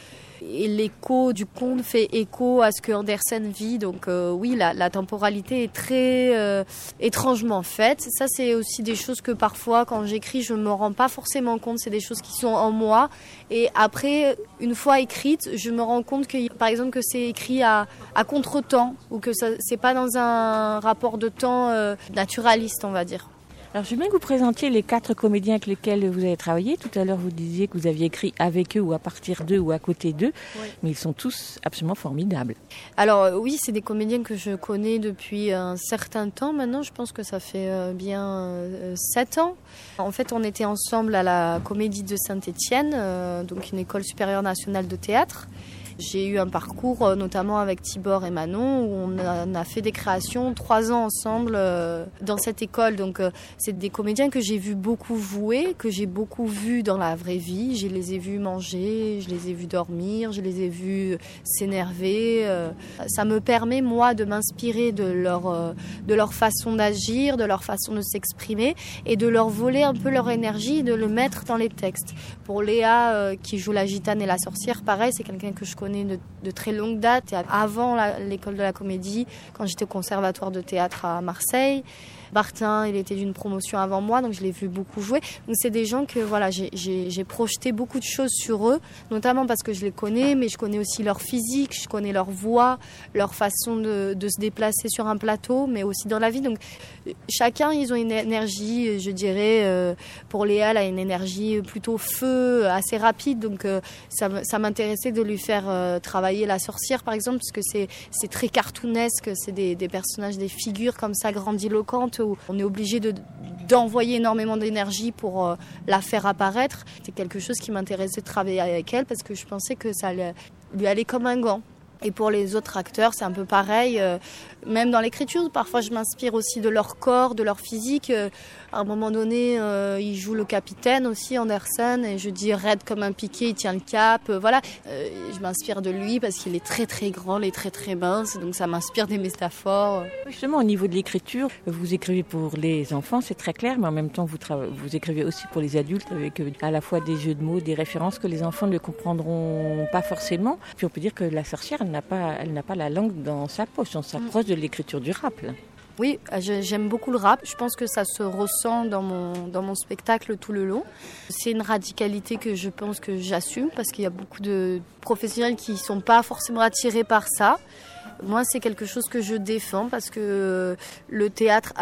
[SPEAKER 12] Et l'écho du conte fait écho à ce que Andersen vit. Donc oui, la temporalité est très étrangement faite. Ça, c'est aussi des choses que parfois, quand j'écris, je ne me rends pas forcément compte. C'est des choses qui sont en moi. Et après, une fois écrite, je me rends compte que, par exemple, que c'est écrit à contre-temps, ou que c'est pas dans un rapport de temps naturaliste, on va dire.
[SPEAKER 3] Alors, je veux bien que vous présentiez les 4 comédiens avec lesquels vous avez travaillé. Tout à l'heure, vous disiez que vous aviez écrit avec eux, ou à partir d'eux, ou à côté d'eux. Oui. Mais ils sont tous absolument formidables.
[SPEAKER 12] Alors oui, c'est des comédiens que je connais depuis un certain temps. Maintenant, je pense que ça fait bien 7 ans. En fait, on était ensemble à la Comédie de Saint-Étienne, donc une école supérieure nationale de théâtre. J'ai eu un parcours, notamment avec Tibor et Manon, où on a fait des créations 3 ans ensemble dans cette école. Donc, c'est des comédiens que j'ai vu beaucoup jouer, que j'ai beaucoup vu dans la vraie vie. Je les ai vus manger, je les ai vus dormir, je les ai vus s'énerver. Ça me permet, moi, de m'inspirer de leur façon d'agir, de leur façon de s'exprimer, et de leur voler un peu leur énergie et de le mettre dans les textes. Pour Léa, qui joue la gitane et la sorcière, pareil, c'est quelqu'un que je connais de très longue date, avant l'école de la comédie, quand j'étais au conservatoire de théâtre à Marseille. Martin, il était d'une promotion avant moi, donc je l'ai vu beaucoup jouer. Donc c'est des gens que voilà, j'ai projeté beaucoup de choses sur eux, notamment parce que je les connais, mais je connais aussi leur physique, je connais leur voix, leur façon de se déplacer sur un plateau, mais aussi dans la vie. Donc chacun, ils ont une énergie, je dirais, pour Léa, elle a une énergie plutôt feu, assez rapide, donc ça m'intéressait de lui faire travailler la sorcière par exemple, parce que c'est très cartoonesque, c'est des personnages, des figures comme ça grandiloquentes où on est obligé d'envoyer énormément d'énergie pour la faire apparaître. C'est quelque chose qui m'intéressait de travailler avec elle parce que je pensais que ça allait lui aller comme un gant. Et pour les autres acteurs, c'est un peu pareil. Même dans l'écriture, parfois je m'inspire aussi de leur corps, de leur physique. À un moment donné, il joue le capitaine aussi, Andersen, et je dis raide comme un piqué, il tient le cap. Voilà, je m'inspire de lui parce qu'il est très très grand, il est très très mince, donc ça m'inspire des métaphores.
[SPEAKER 3] Justement, au niveau de l'écriture, vous écrivez pour les enfants, c'est très clair, mais en même temps, vous écrivez aussi pour les adultes avec à la fois des jeux de mots, des références que les enfants ne comprendront pas forcément. Puis on peut dire que la sorcière, elle n'a pas la langue dans sa poche, on s'approche de l'écriture du rap, là.
[SPEAKER 12] Oui, j'aime beaucoup le rap. Je pense que ça se ressent dans mon spectacle tout le long. C'est une radicalité que je pense que j'assume parce qu'il y a beaucoup de professionnels qui ne sont pas forcément attirés par ça. Moi, c'est quelque chose que je défends parce que le théâtre,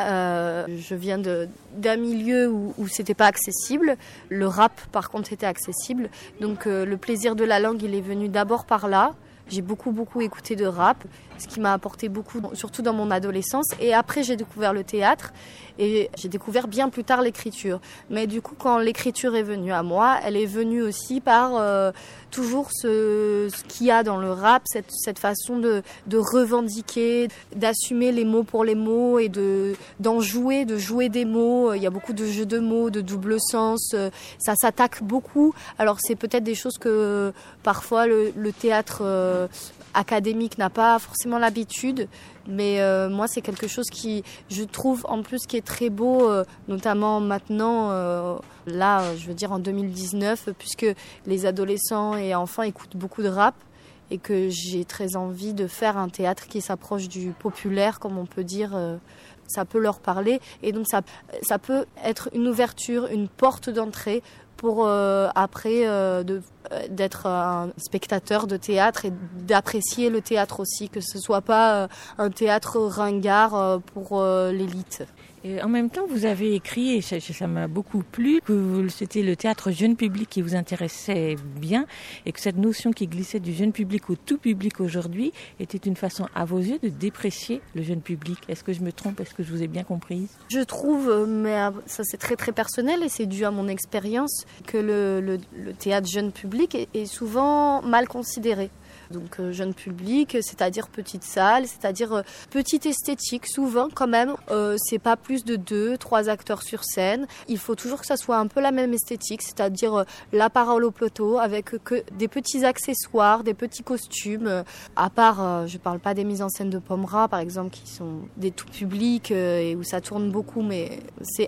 [SPEAKER 12] je viens d'un milieu où c'était pas accessible. Le rap, par contre, était accessible. Donc, le plaisir de la langue, il est venu d'abord par là. J'ai beaucoup écouté de rap, ce qui m'a apporté beaucoup, surtout dans mon adolescence. Et après, j'ai découvert le théâtre et j'ai découvert bien plus tard l'écriture. Mais du coup, quand l'écriture est venue à moi, elle est venue aussi par toujours ce qu'il y a dans le rap, cette façon de revendiquer, d'assumer les mots pour les mots et de jouer des mots. Il y a beaucoup de jeux de mots, de double sens. Ça s'attaque beaucoup. Alors, c'est peut-être des choses que parfois le théâtre académique n'a pas forcément l'habitude, mais moi c'est quelque chose qui, je trouve en plus qui est très beau, notamment maintenant, là je veux dire en 2019, puisque les adolescents et enfants écoutent beaucoup de rap et que j'ai très envie de faire un théâtre qui s'approche du populaire, comme on peut dire. Ça peut leur parler et donc ça peut être une ouverture, une porte d'entrée pour après d'être un spectateur de théâtre et d'apprécier le théâtre aussi, que ce soit pas un théâtre ringard pour l'élite.
[SPEAKER 3] Et en même temps, vous avez écrit, et ça m'a beaucoup plu, que c'était le théâtre jeune public qui vous intéressait bien et que cette notion qui glissait du jeune public au tout public aujourd'hui était une façon, à vos yeux, de déprécier le jeune public. Est-ce que je me trompe? Est-ce que je vous ai bien comprise?
[SPEAKER 12] Je trouve, mais ça c'est très très personnel et c'est dû à mon expérience, que le théâtre jeune public est souvent mal considéré. Donc jeune public, c'est-à-dire petite salle, c'est-à-dire petite esthétique. Souvent quand même, c'est pas plus de 2-3 acteurs sur scène. Il faut toujours que ça soit un peu la même esthétique, c'est-à-dire la parole au plateau avec que des petits accessoires, des petits costumes. À part, je parle pas des mises en scène de Pomera par exemple, qui sont des tout publics et où ça tourne beaucoup, mais c'est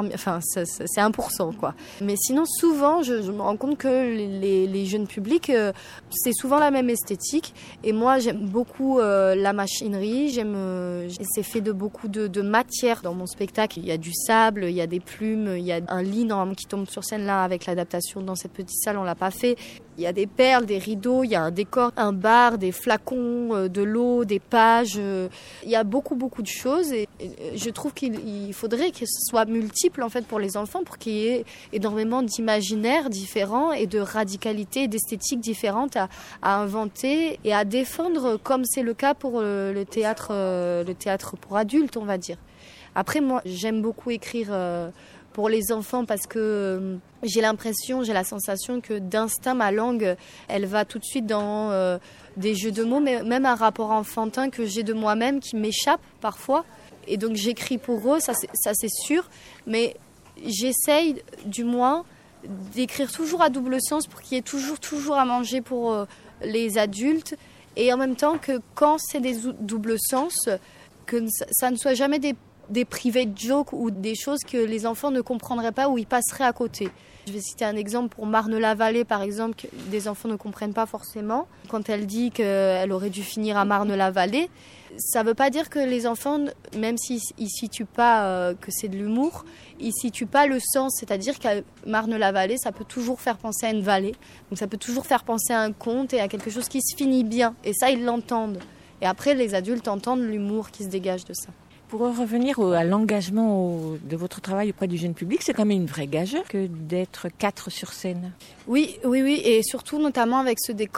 [SPEAKER 12] 1% quoi. Mais sinon souvent, je me rends compte que les jeunes publics, c'est souvent la même esthétique. Et moi j'aime beaucoup la machinerie, c'est fait de beaucoup de matière dans mon spectacle. Il y a du sable, il y a des plumes, il y a un lit normalement qui tombe sur scène là avec l'adaptation dans cette petite salle, on l'a pas fait. Il y a des perles, des rideaux, il y a un décor, un bar, des flacons, de l'eau, des pages. Il y a beaucoup de choses et je trouve qu'il faudrait que ce soit multiple en fait pour les enfants, pour qu'il y ait énormément d'imaginaires différents et de radicalité et d'esthétique différentes à inventer et à défendre, comme c'est le cas pour le théâtre pour adultes, on va dire. Après, moi, j'aime beaucoup écrire pour les enfants parce que j'ai la sensation que d'instinct, ma langue, elle va tout de suite dans des jeux de mots, mais même un rapport enfantin que j'ai de moi-même qui m'échappe parfois. Et donc j'écris pour eux, ça c'est sûr, mais j'essaye du moins d'écrire toujours à double sens pour qu'il y ait toujours à manger pour les adultes, et en même temps que quand c'est des doubles sens, que ça ne soit jamais des private jokes ou des choses que les enfants ne comprendraient pas ou ils passeraient à côté. Je vais citer un exemple pour Marne-la-Vallée, par exemple, que des enfants ne comprennent pas forcément. Quand elle dit qu'elle aurait dû finir à Marne-la-Vallée, ça ne veut pas dire que les enfants, même s'ils ne situent pas que c'est de l'humour, ils ne situent pas le sens. C'est-à-dire qu'à Marne-la-Vallée, ça peut toujours faire penser à une vallée. Donc ça peut toujours faire penser à un conte et à quelque chose qui se finit bien. Et ça, ils l'entendent. Et après, les adultes entendent l'humour qui se dégage de ça.
[SPEAKER 3] Pour revenir à l'engagement de votre travail auprès du jeune public, c'est quand même une vraie gageure que d'être 4 sur scène.
[SPEAKER 12] Oui, et surtout notamment avec ce décor.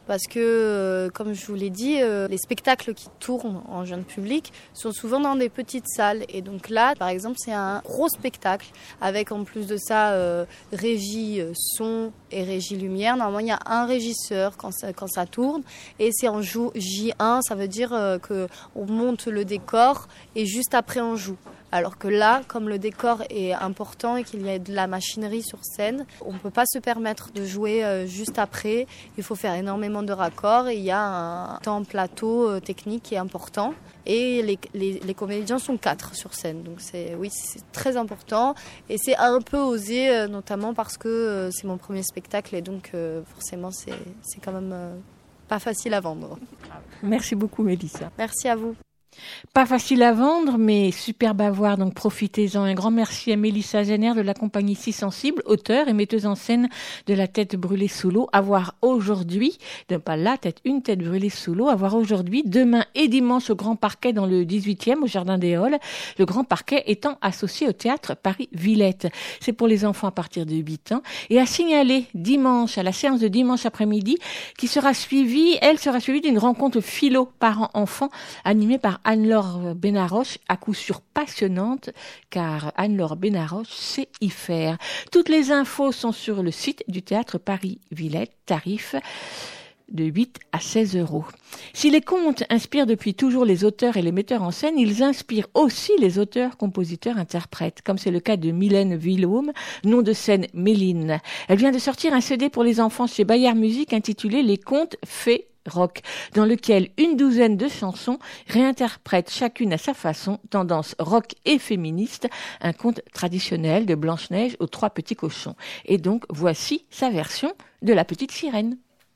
[SPEAKER 12] parce que, comme je vous l'ai dit, les spectacles qui tournent en jeune public sont souvent dans des petites salles. Et donc là, par exemple, c'est un gros spectacle avec en plus de ça régie son et régie lumière. Normalement, il y a un régisseur quand ça tourne et c'est en J1, ça veut dire qu'on monte le décor et juste après on joue. Alors que là, comme le décor est important et qu'il y a de la machinerie sur scène, on ne peut pas se permettre de jouer juste après. Il faut faire énormément de raccords et il y a un temps plateau technique qui est important. Et les comédiens sont 4 sur scène. Donc c'est très important. Et c'est un peu osé, notamment parce que c'est mon premier spectacle et donc forcément c'est quand même pas facile à vendre.
[SPEAKER 3] Merci beaucoup Mélissa.
[SPEAKER 12] Merci à vous.
[SPEAKER 3] Pas facile à vendre, mais superbe à voir, donc profitez-en. Un grand merci à Mélissa Jenner de la compagnie Si Sensible, auteure et metteuse en scène de La Tête brûlée sous l'eau, à voir aujourd'hui, pas la tête, une tête brûlée sous l'eau, à voir aujourd'hui, demain et dimanche au Grand Parquet dans le 18e, au Jardin des Halles, le Grand Parquet étant associé au théâtre Paris-Villette. C'est pour les enfants à partir de 8 ans. Et à signaler dimanche, à la séance de dimanche après-midi, elle sera suivie d'une rencontre philo parents-enfants animée par Anne-Laure Benaroche, à coup sûr passionnante, car Anne-Laure Benaroche sait y faire. Toutes les infos sont sur le site du théâtre Paris-Villette, tarif de 8 à 16 €. Si les contes inspirent depuis toujours les auteurs et les metteurs en scène, ils inspirent aussi les auteurs, compositeurs, interprètes, comme c'est le cas de Mylène Villaume, nom de scène Méline. Elle vient de sortir un CD pour les enfants chez Bayard Musique intitulé Les contes faits rock, dans lequel une douzaine de chansons réinterprètent chacune à sa façon, tendance rock et féministe, un conte traditionnel de Blanche-Neige aux 3 petits cochons. Et donc, voici sa version de La Petite Sirène.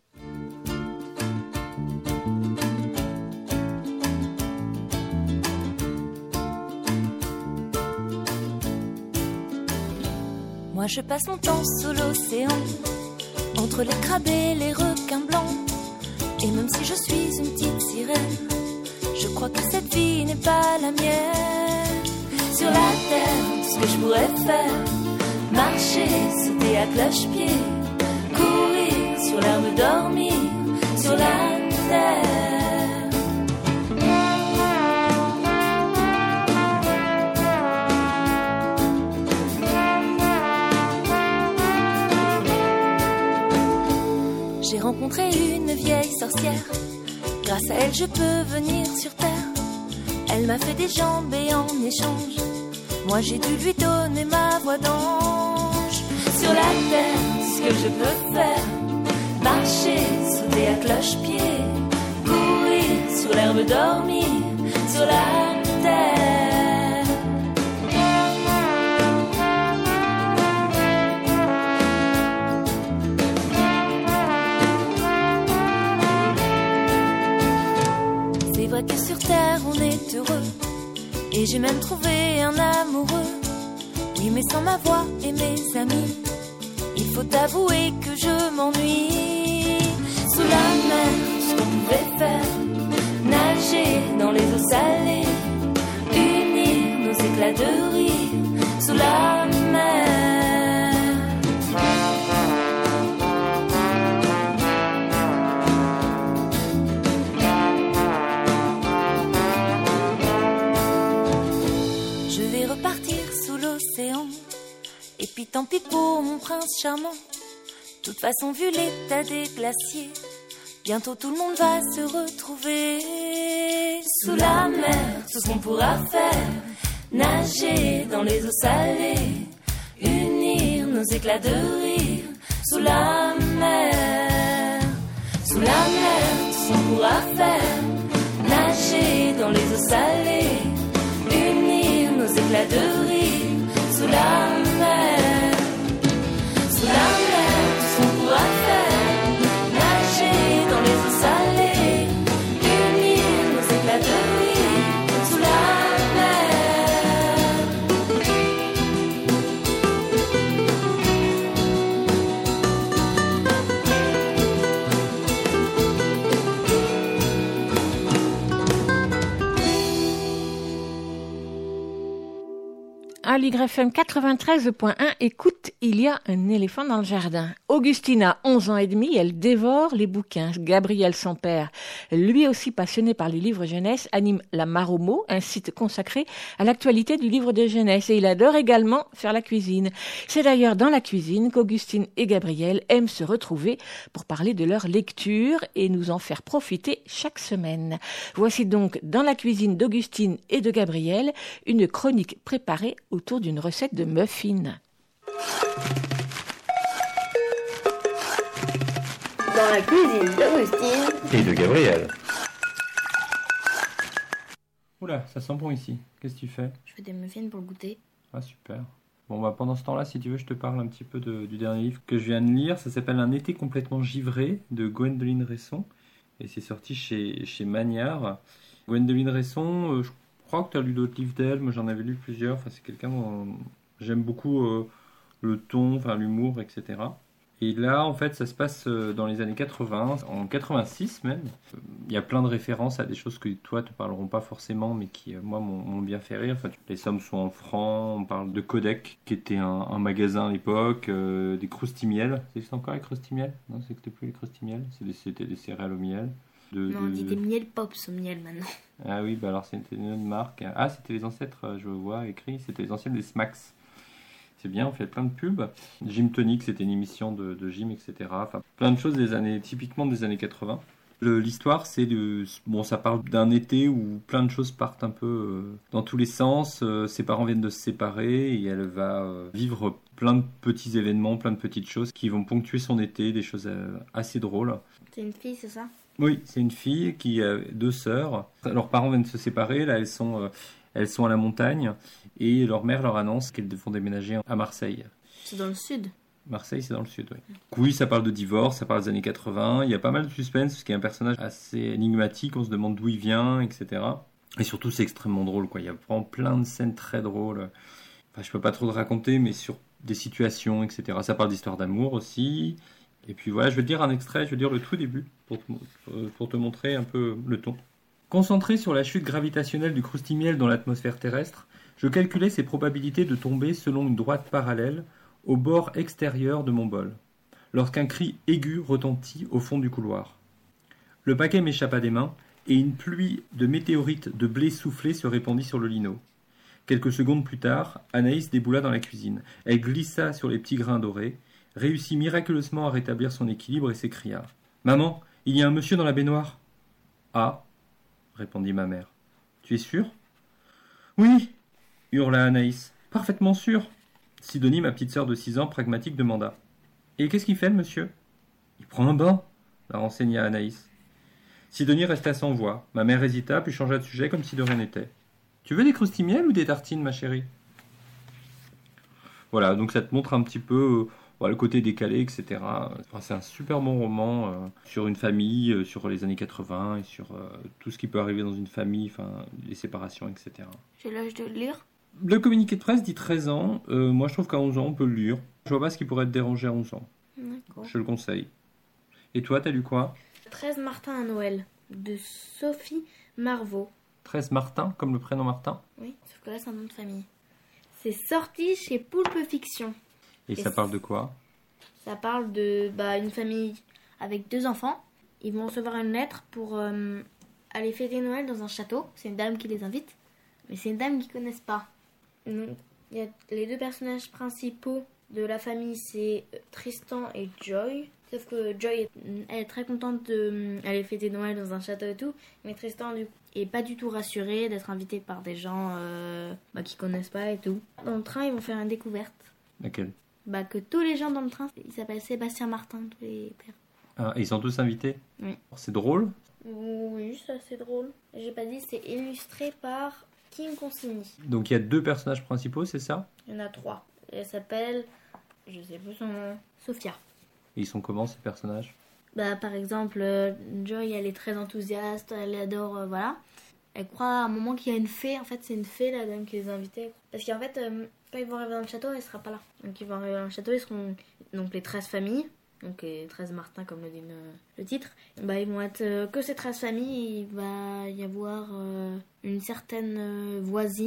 [SPEAKER 13] Moi je passe mon temps sous l'océan, entre les crabes et les requins blancs. Et même si je suis une petite sirène, je crois que cette vie n'est pas la mienne. Sur la terre, tout ce que je pourrais faire, marcher, sauter à cloche-pied, courir sur l'herbe, dormir sur la terre. J'ai rencontré une vieille sorcière, grâce à elle je peux venir sur terre. Elle m'a fait des jambes et en échange, moi j'ai dû lui donner ma voix d'ange. Sur la terre, ce que je peux faire, marcher, sauter à cloche-pied, courir sur l'herbe, dormir sur la terre. C'est vrai que sur terre on est heureux, et j'ai même trouvé un amoureux. Oui, mais sans ma voix et mes amis, il faut avouer que je m'ennuie. Sous la mer, ce qu'on pouvait faire, nager dans les eaux salées, unir nos éclats de rire sous la mer. Je vais repartir sous l'océan, et puis tant pis pour mon prince charmant. De toute façon, vu l'état des glaciers, bientôt tout le monde va se retrouver. Sous la mer, tout ce qu'on pourra faire, nager dans les eaux salées, unir nos éclats de rire sous la mer. Sous la mer, tout ce qu'on pourra faire, nager dans les eaux salées, unir nos éclats de rire sous la mer. Sous la mer, tout ce qu'on pourra faire, nager dans les eaux salées, unir nos éclats de rire sous la
[SPEAKER 3] À l'YFM 93.1, écoute, il y a un éléphant dans le jardin. Augustine a 11 ans et demi, elle dévore les bouquins. Gabriel, son père, lui aussi passionné par les livres jeunesse, anime La Maromo, un site consacré à l'actualité du livre de jeunesse. Et il adore également faire la cuisine. C'est d'ailleurs dans la cuisine qu'Augustine et Gabriel aiment se retrouver pour parler de leur lecture et nous en faire profiter chaque semaine. Voici donc dans la cuisine d'Augustine et de Gabriel une chronique préparée autour d'une recette de muffins.
[SPEAKER 14] Dans la cuisine d'Augustine
[SPEAKER 15] et de Gabriel.
[SPEAKER 16] Oula, ça sent bon ici. Qu'est-ce que tu fais?
[SPEAKER 14] Je fais des muffins pour le goûter.
[SPEAKER 16] Ah super. Bon bah pendant ce temps-là, si tu veux, je te parle un petit peu du dernier livre que je viens de lire. Ça s'appelle Un été complètement givré de Gwendoline Resson. Et c'est sorti chez Magnard. Gwendoline Resson, je crois que tu as lu d'autres livres d'elle. Moi j'en avais lu plusieurs. Enfin, c'est quelqu'un dont j'aime beaucoup le ton, enfin, l'humour, etc. Et là, en fait, ça se passe dans les années 80, en 86 même. Il y a plein de références à des choses que toi te parleront pas forcément, mais qui, moi, m'ont bien fait rire. Enfin, les sommes sont en francs. On parle de Kodak, qui était un magasin à l'époque, des croustimiels. C'est encore les croustimiels? Non, c'était plus les croustimiels. C'était des céréales au miel.
[SPEAKER 14] On dit des miel pops au miel maintenant.
[SPEAKER 16] Ah oui, bah alors c'était une autre marque. Ah, c'était les ancêtres, je vois écrit, c'était les anciennes des Smacks. C'est bien, on fait plein de pubs. Gym Tonic, c'était une émission de gym, etc. Enfin, plein de choses typiquement des années 80. L'histoire, ça parle d'un été où plein de choses partent un peu dans tous les sens. Ses parents viennent de se séparer et elle va vivre plein de petits événements, plein de petites choses qui vont ponctuer son été, des choses assez drôles.
[SPEAKER 14] C'est une fille, c'est ça?
[SPEAKER 16] Oui, c'est une fille qui a 2 sœurs. Leurs parents viennent de se séparer. Là, elles sont à la montagne et leur mère leur annonce qu'elles vont déménager à Marseille.
[SPEAKER 14] C'est dans le sud?
[SPEAKER 16] Marseille, c'est dans le sud, oui. Oui, ça parle de divorce, ça parle des années 80. Il y a pas mal de suspense parce qu'il y a un personnage assez énigmatique. On se demande d'où il vient, etc. Et surtout, c'est extrêmement drôle, quoi. Il y a vraiment plein de scènes très drôles. Enfin, je peux pas trop te raconter, mais sur des situations, etc. Ça parle d'histoire d'amour aussi. Et puis voilà, je vais te dire un extrait, je vais te dire le tout début pour te montrer un peu le ton. Concentré sur la chute gravitationnelle du croustimiel dans l'atmosphère terrestre, je calculais ses probabilités de tomber selon une droite parallèle au bord extérieur de mon bol, lorsqu'un cri aigu retentit au fond du couloir. Le paquet m'échappa des mains et une pluie de météorites de blé soufflé se répandit sur le lino. Quelques secondes plus tard, Anaïs déboula dans la cuisine. Elle glissa sur les petits grains dorés, réussit miraculeusement à rétablir son équilibre et s'écria « Maman, il y a un monsieur dans la baignoire !»« Ah !» répondit ma mère. « Tu es sûre ?»« Oui !» hurla Anaïs. « Parfaitement sûre !» Sidonie, ma petite sœur de 6 ans, pragmatique, demanda. « Et qu'est-ce qu'il fait, le monsieur ?»« Il prend un bain !» la renseigna Anaïs. Sidonie resta sans voix. Ma mère hésita, puis changea de sujet comme si de rien n'était. « Tu veux des croustimiels ou des tartines, ma chérie ?» Voilà, donc ça te montre un petit peu... le côté décalé, etc. Enfin, c'est un super bon roman sur une famille, sur les années 80 et sur tout ce qui peut arriver dans une famille, enfin, les séparations, etc.
[SPEAKER 14] J'ai l'âge de le lire?
[SPEAKER 16] Le communiqué de presse dit 13 ans. Moi, je trouve qu'à 11 ans, on peut le lire. Je vois pas ce qui pourrait te déranger à 11 ans.
[SPEAKER 14] D'accord.
[SPEAKER 16] Je le conseille. Et toi, t'as lu quoi?
[SPEAKER 14] 13 Martin à Noël, de Sophie Marvaux.
[SPEAKER 16] 13 Martin, comme le prénom Martin?
[SPEAKER 14] Oui, sauf que là, c'est un nom de famille. C'est sorti chez Poulpe Fiction.
[SPEAKER 16] Et ça parle de quoi?
[SPEAKER 14] Ça parle de une famille avec 2 enfants. Ils vont recevoir une lettre pour aller fêter Noël dans un château. C'est une dame qui les invite. Mais c'est une dame qu'ils ne connaissent pas. Donc, il y a les 2 personnages principaux de la famille, c'est Tristan et Joy. Sauf que Joy, elle est très contente d'aller fêter Noël dans un château et tout. Mais Tristan, du coup, est pas du tout rassuré d'être invité par des gens qu'ils connaissent pas et tout. Dans le train, ils vont faire une découverte.
[SPEAKER 16] Laquelle?
[SPEAKER 14] Que tous les gens dans le train, ils s'appellent Sébastien Martin, tous les pères.
[SPEAKER 16] Ah, ils sont tous invités?
[SPEAKER 14] Oui.
[SPEAKER 16] C'est drôle?
[SPEAKER 14] Oui, c'est assez drôle. J'ai pas dit, c'est illustré par Kim Consigny.
[SPEAKER 16] Donc il y a 2 personnages principaux, c'est ça?
[SPEAKER 14] Il y en a 3. Elle s'appelle, je sais plus son nom, Sophia.
[SPEAKER 16] Et ils sont comment ces personnages?
[SPEAKER 14] Par exemple, Joy, elle est très enthousiaste, elle adore, voilà. Elle croit à un moment qu'il y a une fée. En fait, c'est une fée, la dame qui les a invités. Parce qu'en fait, quand ils vont arriver dans le château, elle sera pas là. Donc ils vont arriver dans le château, ils seront donc les 13 familles. Donc les 13 Martin, comme le dit le titre. Ils vont être que ces 13 familles. Il va y avoir une certaine voisine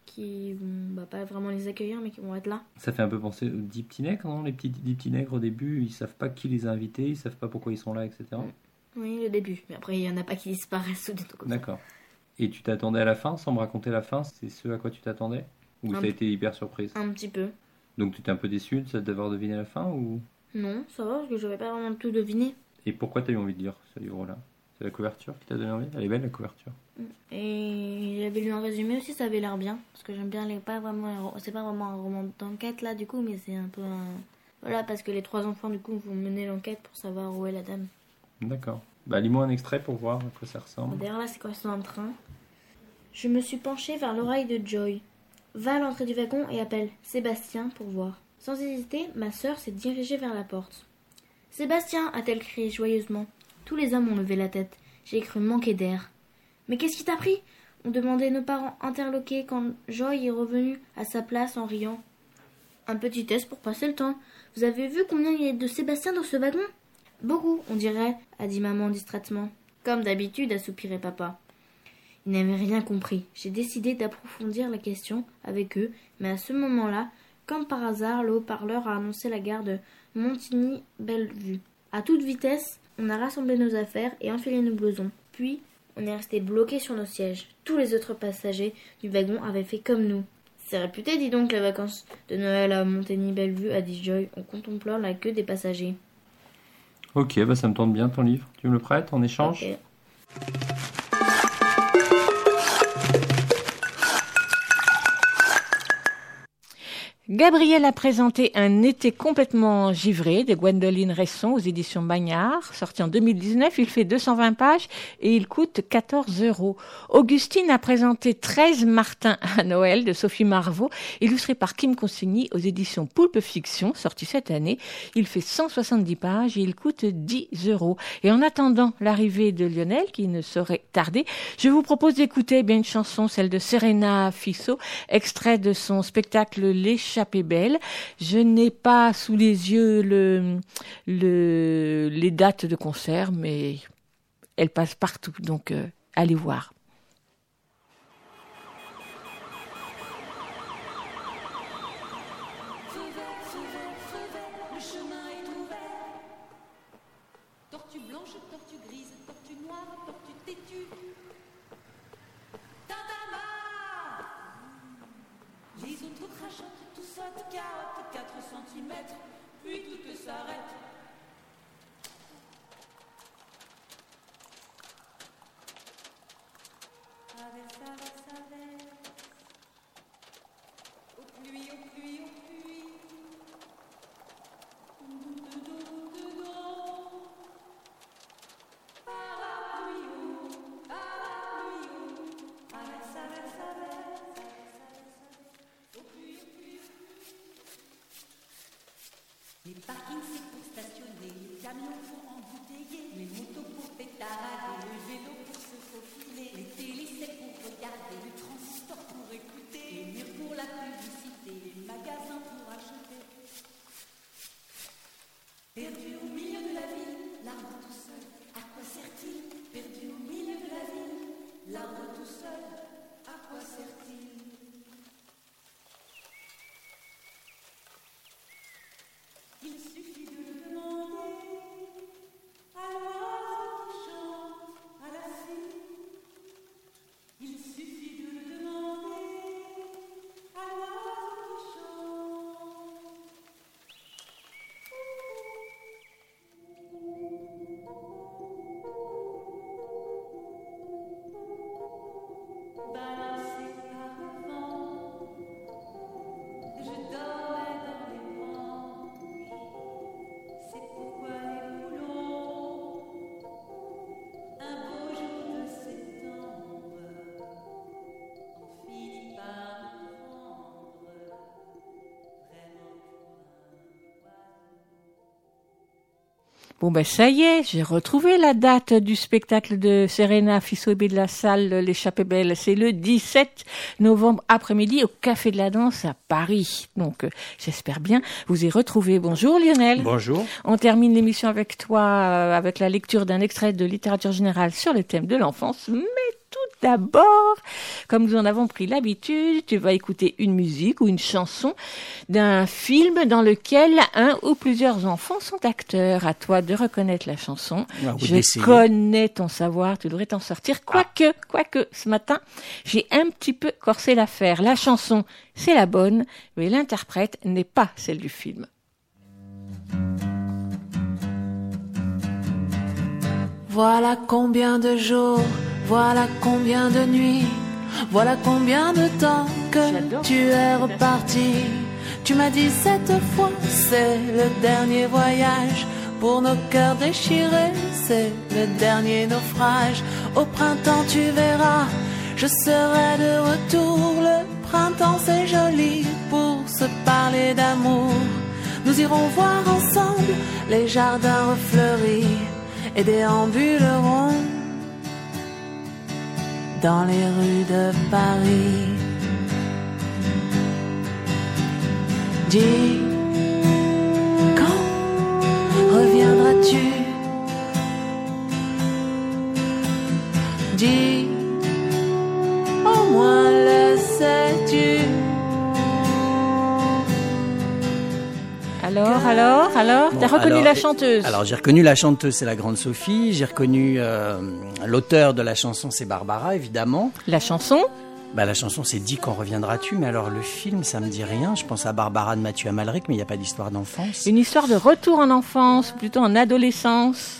[SPEAKER 14] qui vont pas vraiment les accueillir, mais qui vont être là.
[SPEAKER 16] Ça fait un peu penser aux 10 petits nègres, non? Les petits 10 petits nègres au début, ils savent pas qui les a invités, ils savent pas pourquoi ils sont là, etc.
[SPEAKER 14] Oui, le début. Mais après, il y en a pas qui disparaissent ou des trucs comme ça.
[SPEAKER 16] D'accord. Et tu t'attendais à la fin, sans me raconter la fin? C'est ce à quoi tu t'attendais? Ou ça a été hyper surprise?
[SPEAKER 14] Un petit peu.
[SPEAKER 16] Donc tu étais un peu déçu d'avoir deviné la fin ou...
[SPEAKER 14] Non, ça va, parce que j'avais pas vraiment tout deviné.
[SPEAKER 16] Et pourquoi t'as eu envie de lire ce livre-là? C'est la couverture qui t'a donné envie? Elle est belle, la couverture.
[SPEAKER 14] Et j'avais lu un résumé aussi, ça avait l'air bien. Parce que j'aime bien c'est pas vraiment un roman d'enquête là, du coup, mais c'est un peu un... Voilà, parce que les 3 enfants, du coup, vont mener l'enquête pour savoir où est la dame.
[SPEAKER 16] D'accord. Bah, lis-moi un extrait pour voir à quoi ça ressemble.
[SPEAKER 14] D'ailleurs, là, c'est quand ils sont en train. Je me suis penchée vers l'oreille de Joy. Va à l'entrée du wagon et appelle Sébastien pour voir. Sans hésiter, ma sœur s'est dirigée vers la porte. Sébastien, a-t-elle crié joyeusement. Tous les hommes ont levé la tête. J'ai cru manquer d'air. Mais qu'est-ce qui t'a pris? ont demandé nos parents interloqués quand Joy est revenue à sa place en riant. Un petit test pour passer le temps. Vous avez vu combien il y a de Sébastien dans ce wagon? Beaucoup, on dirait, a dit maman distraitement. Comme d'habitude, a soupiré papa. Ils n'avaient rien compris. J'ai décidé d'approfondir la question avec eux, mais à ce moment-là, comme par hasard, le haut-parleur a annoncé la gare de Montigny-Bellevue. À toute vitesse, on a rassemblé nos affaires et enfilé nos blousons. Puis, on est resté bloqués sur nos sièges. Tous les autres passagers du wagon avaient fait comme nous. C'est réputé, dis donc, les vacances de Noël à Montigny-Bellevue, a dit Joy en contemplant la queue des passagers.
[SPEAKER 16] Ok, bah ça me tente bien ton livre. Tu me le prêtes en échange?
[SPEAKER 14] Okay.
[SPEAKER 3] Gabriel a présenté Un été complètement givré de Gwendoline Resson aux éditions Bagnard. Sorti en 2019, il fait 220 pages et il coûte 14 €. Augustine a présenté 13 Martins à Noël de Sophie Marvaux, illustré par Kim Consigny aux éditions Poulpe Fiction, sorti cette année. Il fait 170 pages et il coûte 10 €. Et en attendant l'arrivée de Lionel, qui ne saurait tarder, je vous propose d'écouter une chanson, celle de Serena Fissot, extrait de son spectacle L'échappée belle. Je n'ai pas sous les yeux les dates de concert, mais elle passe partout, donc allez voir.
[SPEAKER 15] Le chemin est ouvert. Tortue blanche, tortue grise, tortue noire, tortue têtue. Tantama! Les autres crachotent, tout saute, carotte, 4 cm, puis tout s'arrête. Averse, aux pluies, aux pluies, aux pluies. Les parkings c'est pour stationner, les camions pour embouteiller, les motos pour pétarader, le vélo pour se faufiler, les télés c'est pour regarder, les transistors pour écouter, les murs pour la publicité, les magasins pour acheter. Perdu au milieu de la ville, l'arbre tout seul, à quoi sert-il? Perdu au milieu de la ville, l'arbre tout seul, à quoi sert-il? Il suffit de le demander à l'oiseau qui chante à la cime. Il suffit de le demander à l'oiseau qui chante. Balancé par le vent, je dormais dans les branches. C'est pourquoi les boulons, un beau jour de septembre, ont fini par me prendre vraiment pour un
[SPEAKER 3] Bon ben ça y est, j'ai retrouvé la date du spectacle de Serena Fissot de la salle L'échappée belle. C'est le 17 novembre après-midi au Café de la Danse à Paris. Donc j'espère bien vous y retrouver. Bonjour Lionel.
[SPEAKER 17] Bonjour.
[SPEAKER 3] On termine l'émission avec toi avec la lecture d'un extrait de littérature générale sur le thème de l'enfance, mais tout D'abord, comme nous en avons pris l'habitude, tu vas écouter une musique ou une chanson d'un film dans lequel un ou plusieurs enfants sont acteurs. À toi de reconnaître la chanson. Je connais ton savoir, tu devrais t'en sortir. Quoique, ce matin, j'ai un petit peu corsé l'affaire. La chanson, c'est la bonne, mais l'interprète n'est pas celle du film.
[SPEAKER 17] Voilà combien de jours, voilà combien de nuits, voilà combien de temps que tu es reparti. Tu m'as dit cette fois, c'est le dernier voyage. Pour nos cœurs déchirés, c'est le dernier naufrage. Au printemps, tu verras, je serai de retour. Le printemps, c'est joli pour se parler d'amour. Nous irons voir ensemble les jardins refleuris et déambulerons dans les rues de Paris. Dis, quand reviendras-tu? Dis, au moins le sais-tu?
[SPEAKER 3] Alors, t'as reconnu la chanteuse?
[SPEAKER 18] Alors, j'ai reconnu la chanteuse, c'est la grande Sophie. J'ai reconnu l'auteur de la chanson, c'est Barbara, évidemment.
[SPEAKER 3] La chanson?
[SPEAKER 18] La chanson, c'est Dis quand reviendras-tu, mais alors le film, ça me dit rien. Je pense à Barbara de Mathieu Amalric, mais il n'y a pas d'histoire d'enfance.
[SPEAKER 3] Une histoire de retour en enfance, plutôt en adolescence.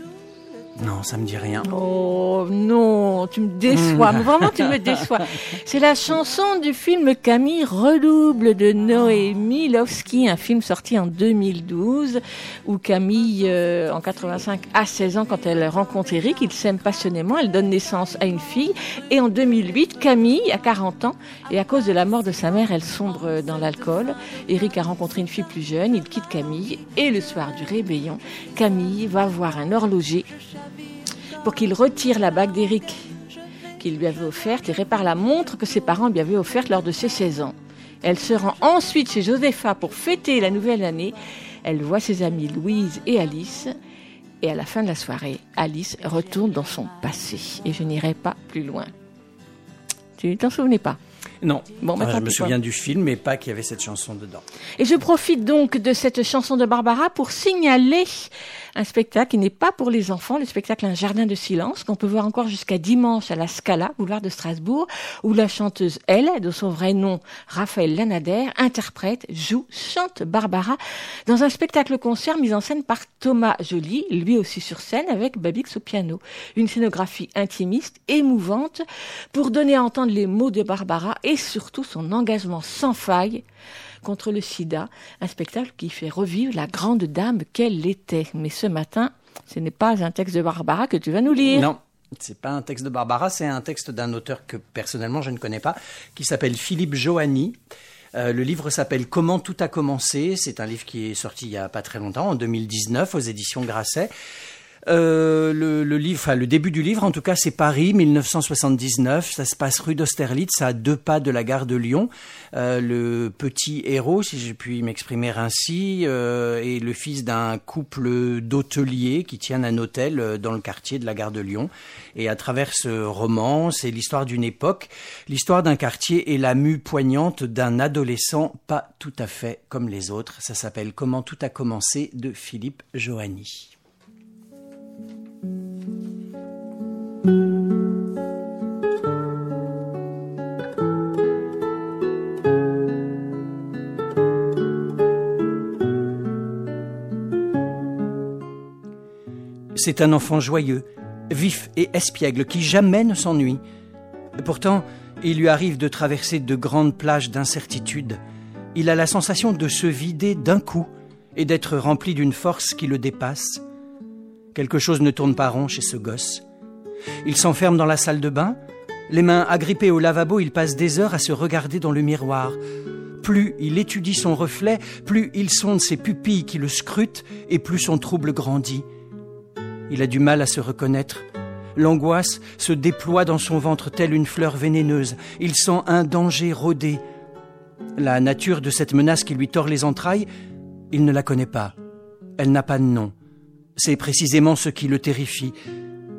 [SPEAKER 18] Non, ça me dit rien.
[SPEAKER 3] Oh non, tu me déçois, mais vraiment tu me déçois. C'est la chanson du film Camille redouble de Noémie Lovski, un film sorti en 2012 où Camille, en 85, a 16 ans quand elle rencontre Eric. Ils s'aiment passionnément, elle donne naissance à une fille. Et en 2008, Camille a 40 ans et à cause de la mort de sa mère, elle sombre dans l'alcool. Eric a rencontré une fille plus jeune, il quitte Camille et le soir du réveillon, Camille va voir un horloger pour qu'il retire la bague d'Éric qu'il lui avait offerte et répare la montre que ses parents lui avaient offerte lors de ses 16 ans. Elle se rend ensuite chez Josepha pour fêter la nouvelle année. Elle voit ses amies Louise et Alice. Et à la fin de la soirée, Alice retourne dans son passé. Et je n'irai pas plus loin. Tu ne t'en souvenais pas?
[SPEAKER 18] Non,
[SPEAKER 3] bon,
[SPEAKER 18] je me souviens du film, mais pas qu'il y avait cette chanson dedans.
[SPEAKER 3] Et je profite donc de cette chanson de Barbara pour signaler un spectacle qui n'est pas pour les enfants, le spectacle Un jardin de silence, qu'on peut voir encore jusqu'à dimanche à la Scala, boulevard de Strasbourg, où la chanteuse, elle, de son vrai nom, Raphaël Lanader, interprète, joue, chante Barbara dans un spectacle-concert mis en scène par Thomas Joly, lui aussi sur scène, avec Babix au piano. Une scénographie intimiste, émouvante, pour donner à entendre les mots de Barbara et surtout son engagement sans faille contre le sida, un spectacle qui fait revivre la grande dame qu'elle était. Mais ce matin, ce n'est pas un texte de Barbara que tu vas nous lire.
[SPEAKER 18] Non, c'est pas un texte de Barbara, c'est un texte d'un auteur que personnellement je ne connais pas, qui s'appelle Philippe Joanny. Le livre s'appelle Comment tout a commencé. C'est un livre qui est sorti il y a pas très longtemps, en 2019, aux éditions Grasset. Le début du livre, en tout cas, c'est Paris, 1979. Ça se passe rue d'Austerlitz, à 2 pas de la gare de Lyon. Le petit héros, si je puis m'exprimer ainsi, est le fils d'un couple d'hôteliers qui tiennent un hôtel dans le quartier de la gare de Lyon. Et à travers ce roman, c'est l'histoire d'une époque, l'histoire d'un quartier et la mue poignante d'un adolescent pas tout à fait comme les autres. Ça s'appelle Comment tout a commencé de Philippe Joanny. C'est un enfant joyeux, vif et espiègle qui jamais ne s'ennuie. Pourtant, il lui arrive de traverser de grandes plages d'incertitude. Il a la sensation de se vider d'un coup et d'être rempli d'une force qui le dépasse. Quelque chose ne tourne pas rond chez ce gosse. Il s'enferme dans la salle de bain. Les mains agrippées au lavabo, il passe des heures à se regarder dans le miroir. Plus il étudie son reflet, plus il sonde ses pupilles qui le scrutent et plus son trouble grandit. Il a du mal à se reconnaître. L'angoisse se déploie dans son ventre telle une fleur vénéneuse. Il sent un danger rôder. La nature de cette menace qui lui tord les entrailles, il ne la connaît pas. Elle n'a pas de nom. C'est précisément ce qui le terrifie.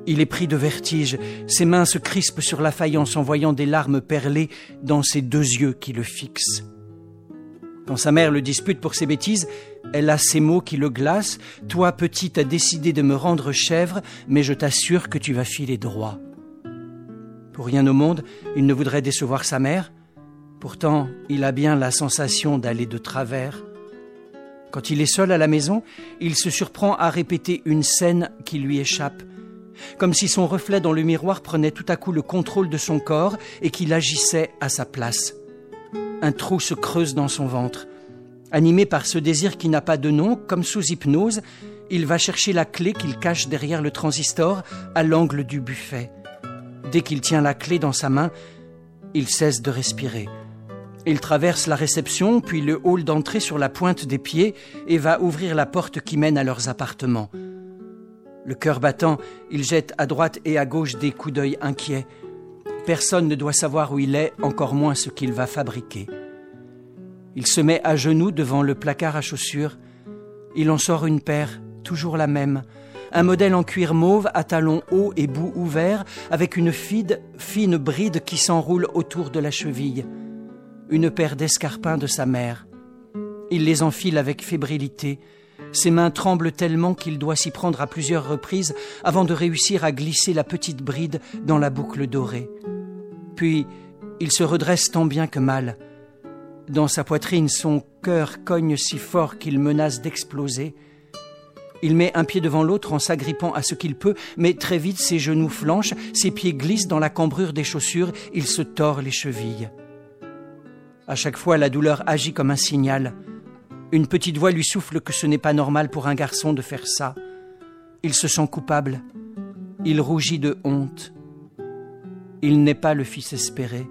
[SPEAKER 18] Il est pris de vertige, ses mains se crispent sur la faïence en voyant des larmes perler dans ses deux yeux qui le fixent. Quand sa mère le dispute pour ses bêtises, elle a ces mots qui le glacent. « Toi, petit, t'as décidé de me rendre chèvre, mais je t'assure que tu vas filer droit. » Pour rien au monde, il ne voudrait décevoir sa mère. Pourtant, il a bien la sensation d'aller de travers. Quand il est seul à la maison, il se surprend à répéter une scène qui lui échappe, comme si son reflet dans le miroir prenait tout à coup le contrôle de son corps et qu'il agissait à sa place. Un trou se creuse dans son ventre. Animé par ce désir qui n'a pas de nom, comme sous hypnose, il va chercher la clé qu'il cache derrière le transistor à l'angle du buffet. Dès qu'il tient la clé dans sa main, il cesse de respirer. Il traverse la réception, puis le hall d'entrée sur la pointe des pieds et va ouvrir la porte qui mène à leurs appartements. Le cœur battant, il jette à droite et à gauche des coups d'œil inquiets. Personne ne doit savoir où il est, encore moins ce qu'il va fabriquer. Il se met à genoux devant le placard à chaussures. Il en sort une paire, toujours la même. Un modèle en cuir mauve à talons hauts et bout ouvert, avec une fine bride qui s'enroule autour de la cheville. Une paire d'escarpins de sa mère. Il les enfile avec fébrilité. Ses mains tremblent tellement qu'il doit s'y prendre à plusieurs reprises avant de réussir à glisser la petite bride dans la boucle dorée. Puis, il se redresse tant bien que mal. Dans sa poitrine, son cœur cogne si fort qu'il menace d'exploser. Il met un pied devant l'autre en s'agrippant à ce qu'il peut, mais très vite ses genoux flanchent, ses pieds glissent dans la cambrure des chaussures, il se tord les chevilles. À chaque fois, la douleur agit comme un signal. Une petite voix lui souffle que ce n'est pas normal pour un garçon de faire ça. Il se sent coupable. Il rougit de honte. Il n'est pas le fils espéré.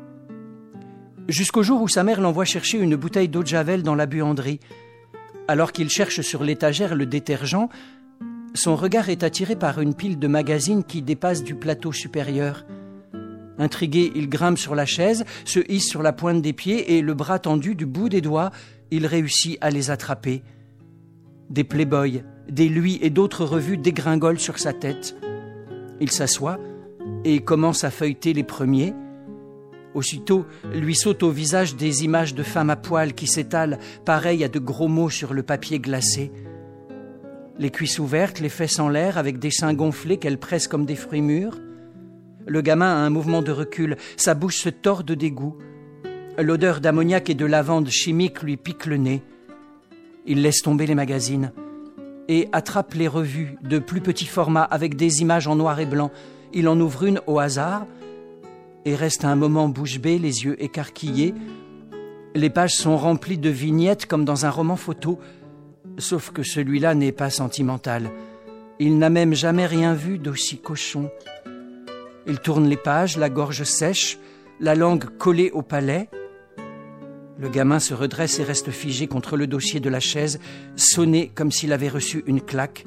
[SPEAKER 18] Jusqu'au jour où sa mère l'envoie chercher une bouteille d'eau de Javel dans la buanderie. Alors qu'il cherche sur l'étagère le détergent, son regard est attiré par une pile de magazines qui dépasse du plateau supérieur. Intrigué, il grimpe sur la chaise, se hisse sur la pointe des pieds et, le bras tendu du bout des doigts, il réussit à les attraper. Des Playboy, des Lui et d'autres revues dégringolent sur sa tête. Il s'assoit et commence à feuilleter les premiers. Aussitôt, lui sautent au visage des images de femmes à poil qui s'étalent, pareilles à de gros mots sur le papier glacé. Les cuisses ouvertes, les fesses en l'air, avec des seins gonflés qu'elle presse comme des fruits mûrs. Le gamin a un mouvement de recul, sa bouche se tord de dégoût. L'odeur d'ammoniac et de lavande chimique lui pique le nez. Il laisse tomber les magazines et attrape les revues de plus petit format avec des images en noir et blanc. Il en ouvre une au hasard et reste un moment bouche bée, les yeux écarquillés. Les pages sont remplies de vignettes comme dans un roman photo, sauf que celui-là n'est pas sentimental. Il n'a même jamais rien vu d'aussi cochon. Il tourne les pages, la gorge sèche, la langue collée au palais. Le gamin se redresse et reste figé contre le dossier de la chaise, sonné comme s'il avait reçu une claque.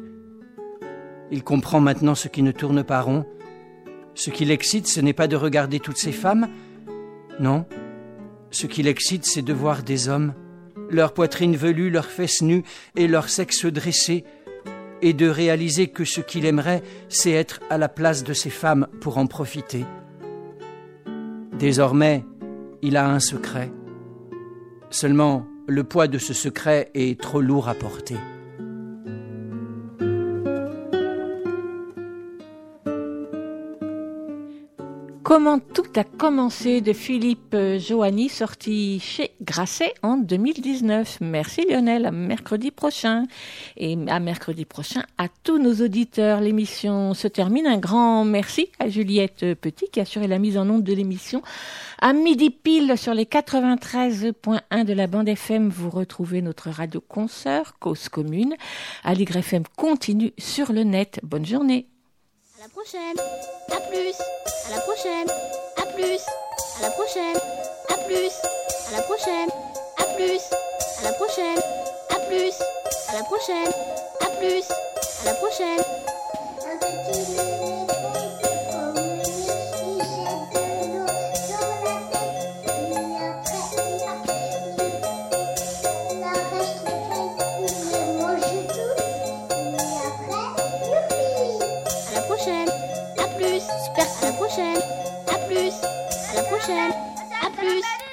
[SPEAKER 18] Il comprend maintenant ce qui ne tourne pas rond. Ce qui l'excite, ce n'est pas de regarder toutes ces femmes. Non, ce qui l'excite, c'est de voir des hommes, leur poitrine velue, leurs fesses nues et leur sexe dressé, et de réaliser que ce qu'il aimerait, c'est être à la place de ces femmes pour en profiter. Désormais, il a un secret. Seulement, le poids de ce secret est trop lourd à porter.
[SPEAKER 3] Comment tout a commencé de Philippe Joanny, sorti chez Grasset en 2019. Merci Lionel, à mercredi prochain. Et à mercredi prochain à tous nos auditeurs. L'émission se termine. Un grand merci à Juliette Petit qui a assuré la mise en onde de l'émission. À midi pile sur les 93.1 de la bande FM, vous retrouvez notre radio-consoeur, Cause Commune. Aligre FM continue sur le net. Bonne journée.
[SPEAKER 8] À la prochaine, à plus, à la prochaine, à plus, à la prochaine, à plus, à la prochaine, à plus, à la prochaine, à plus, à la prochaine, à plus, à la prochaine. À la prochaine. prochaine. À plus. À la prochaine. À plus.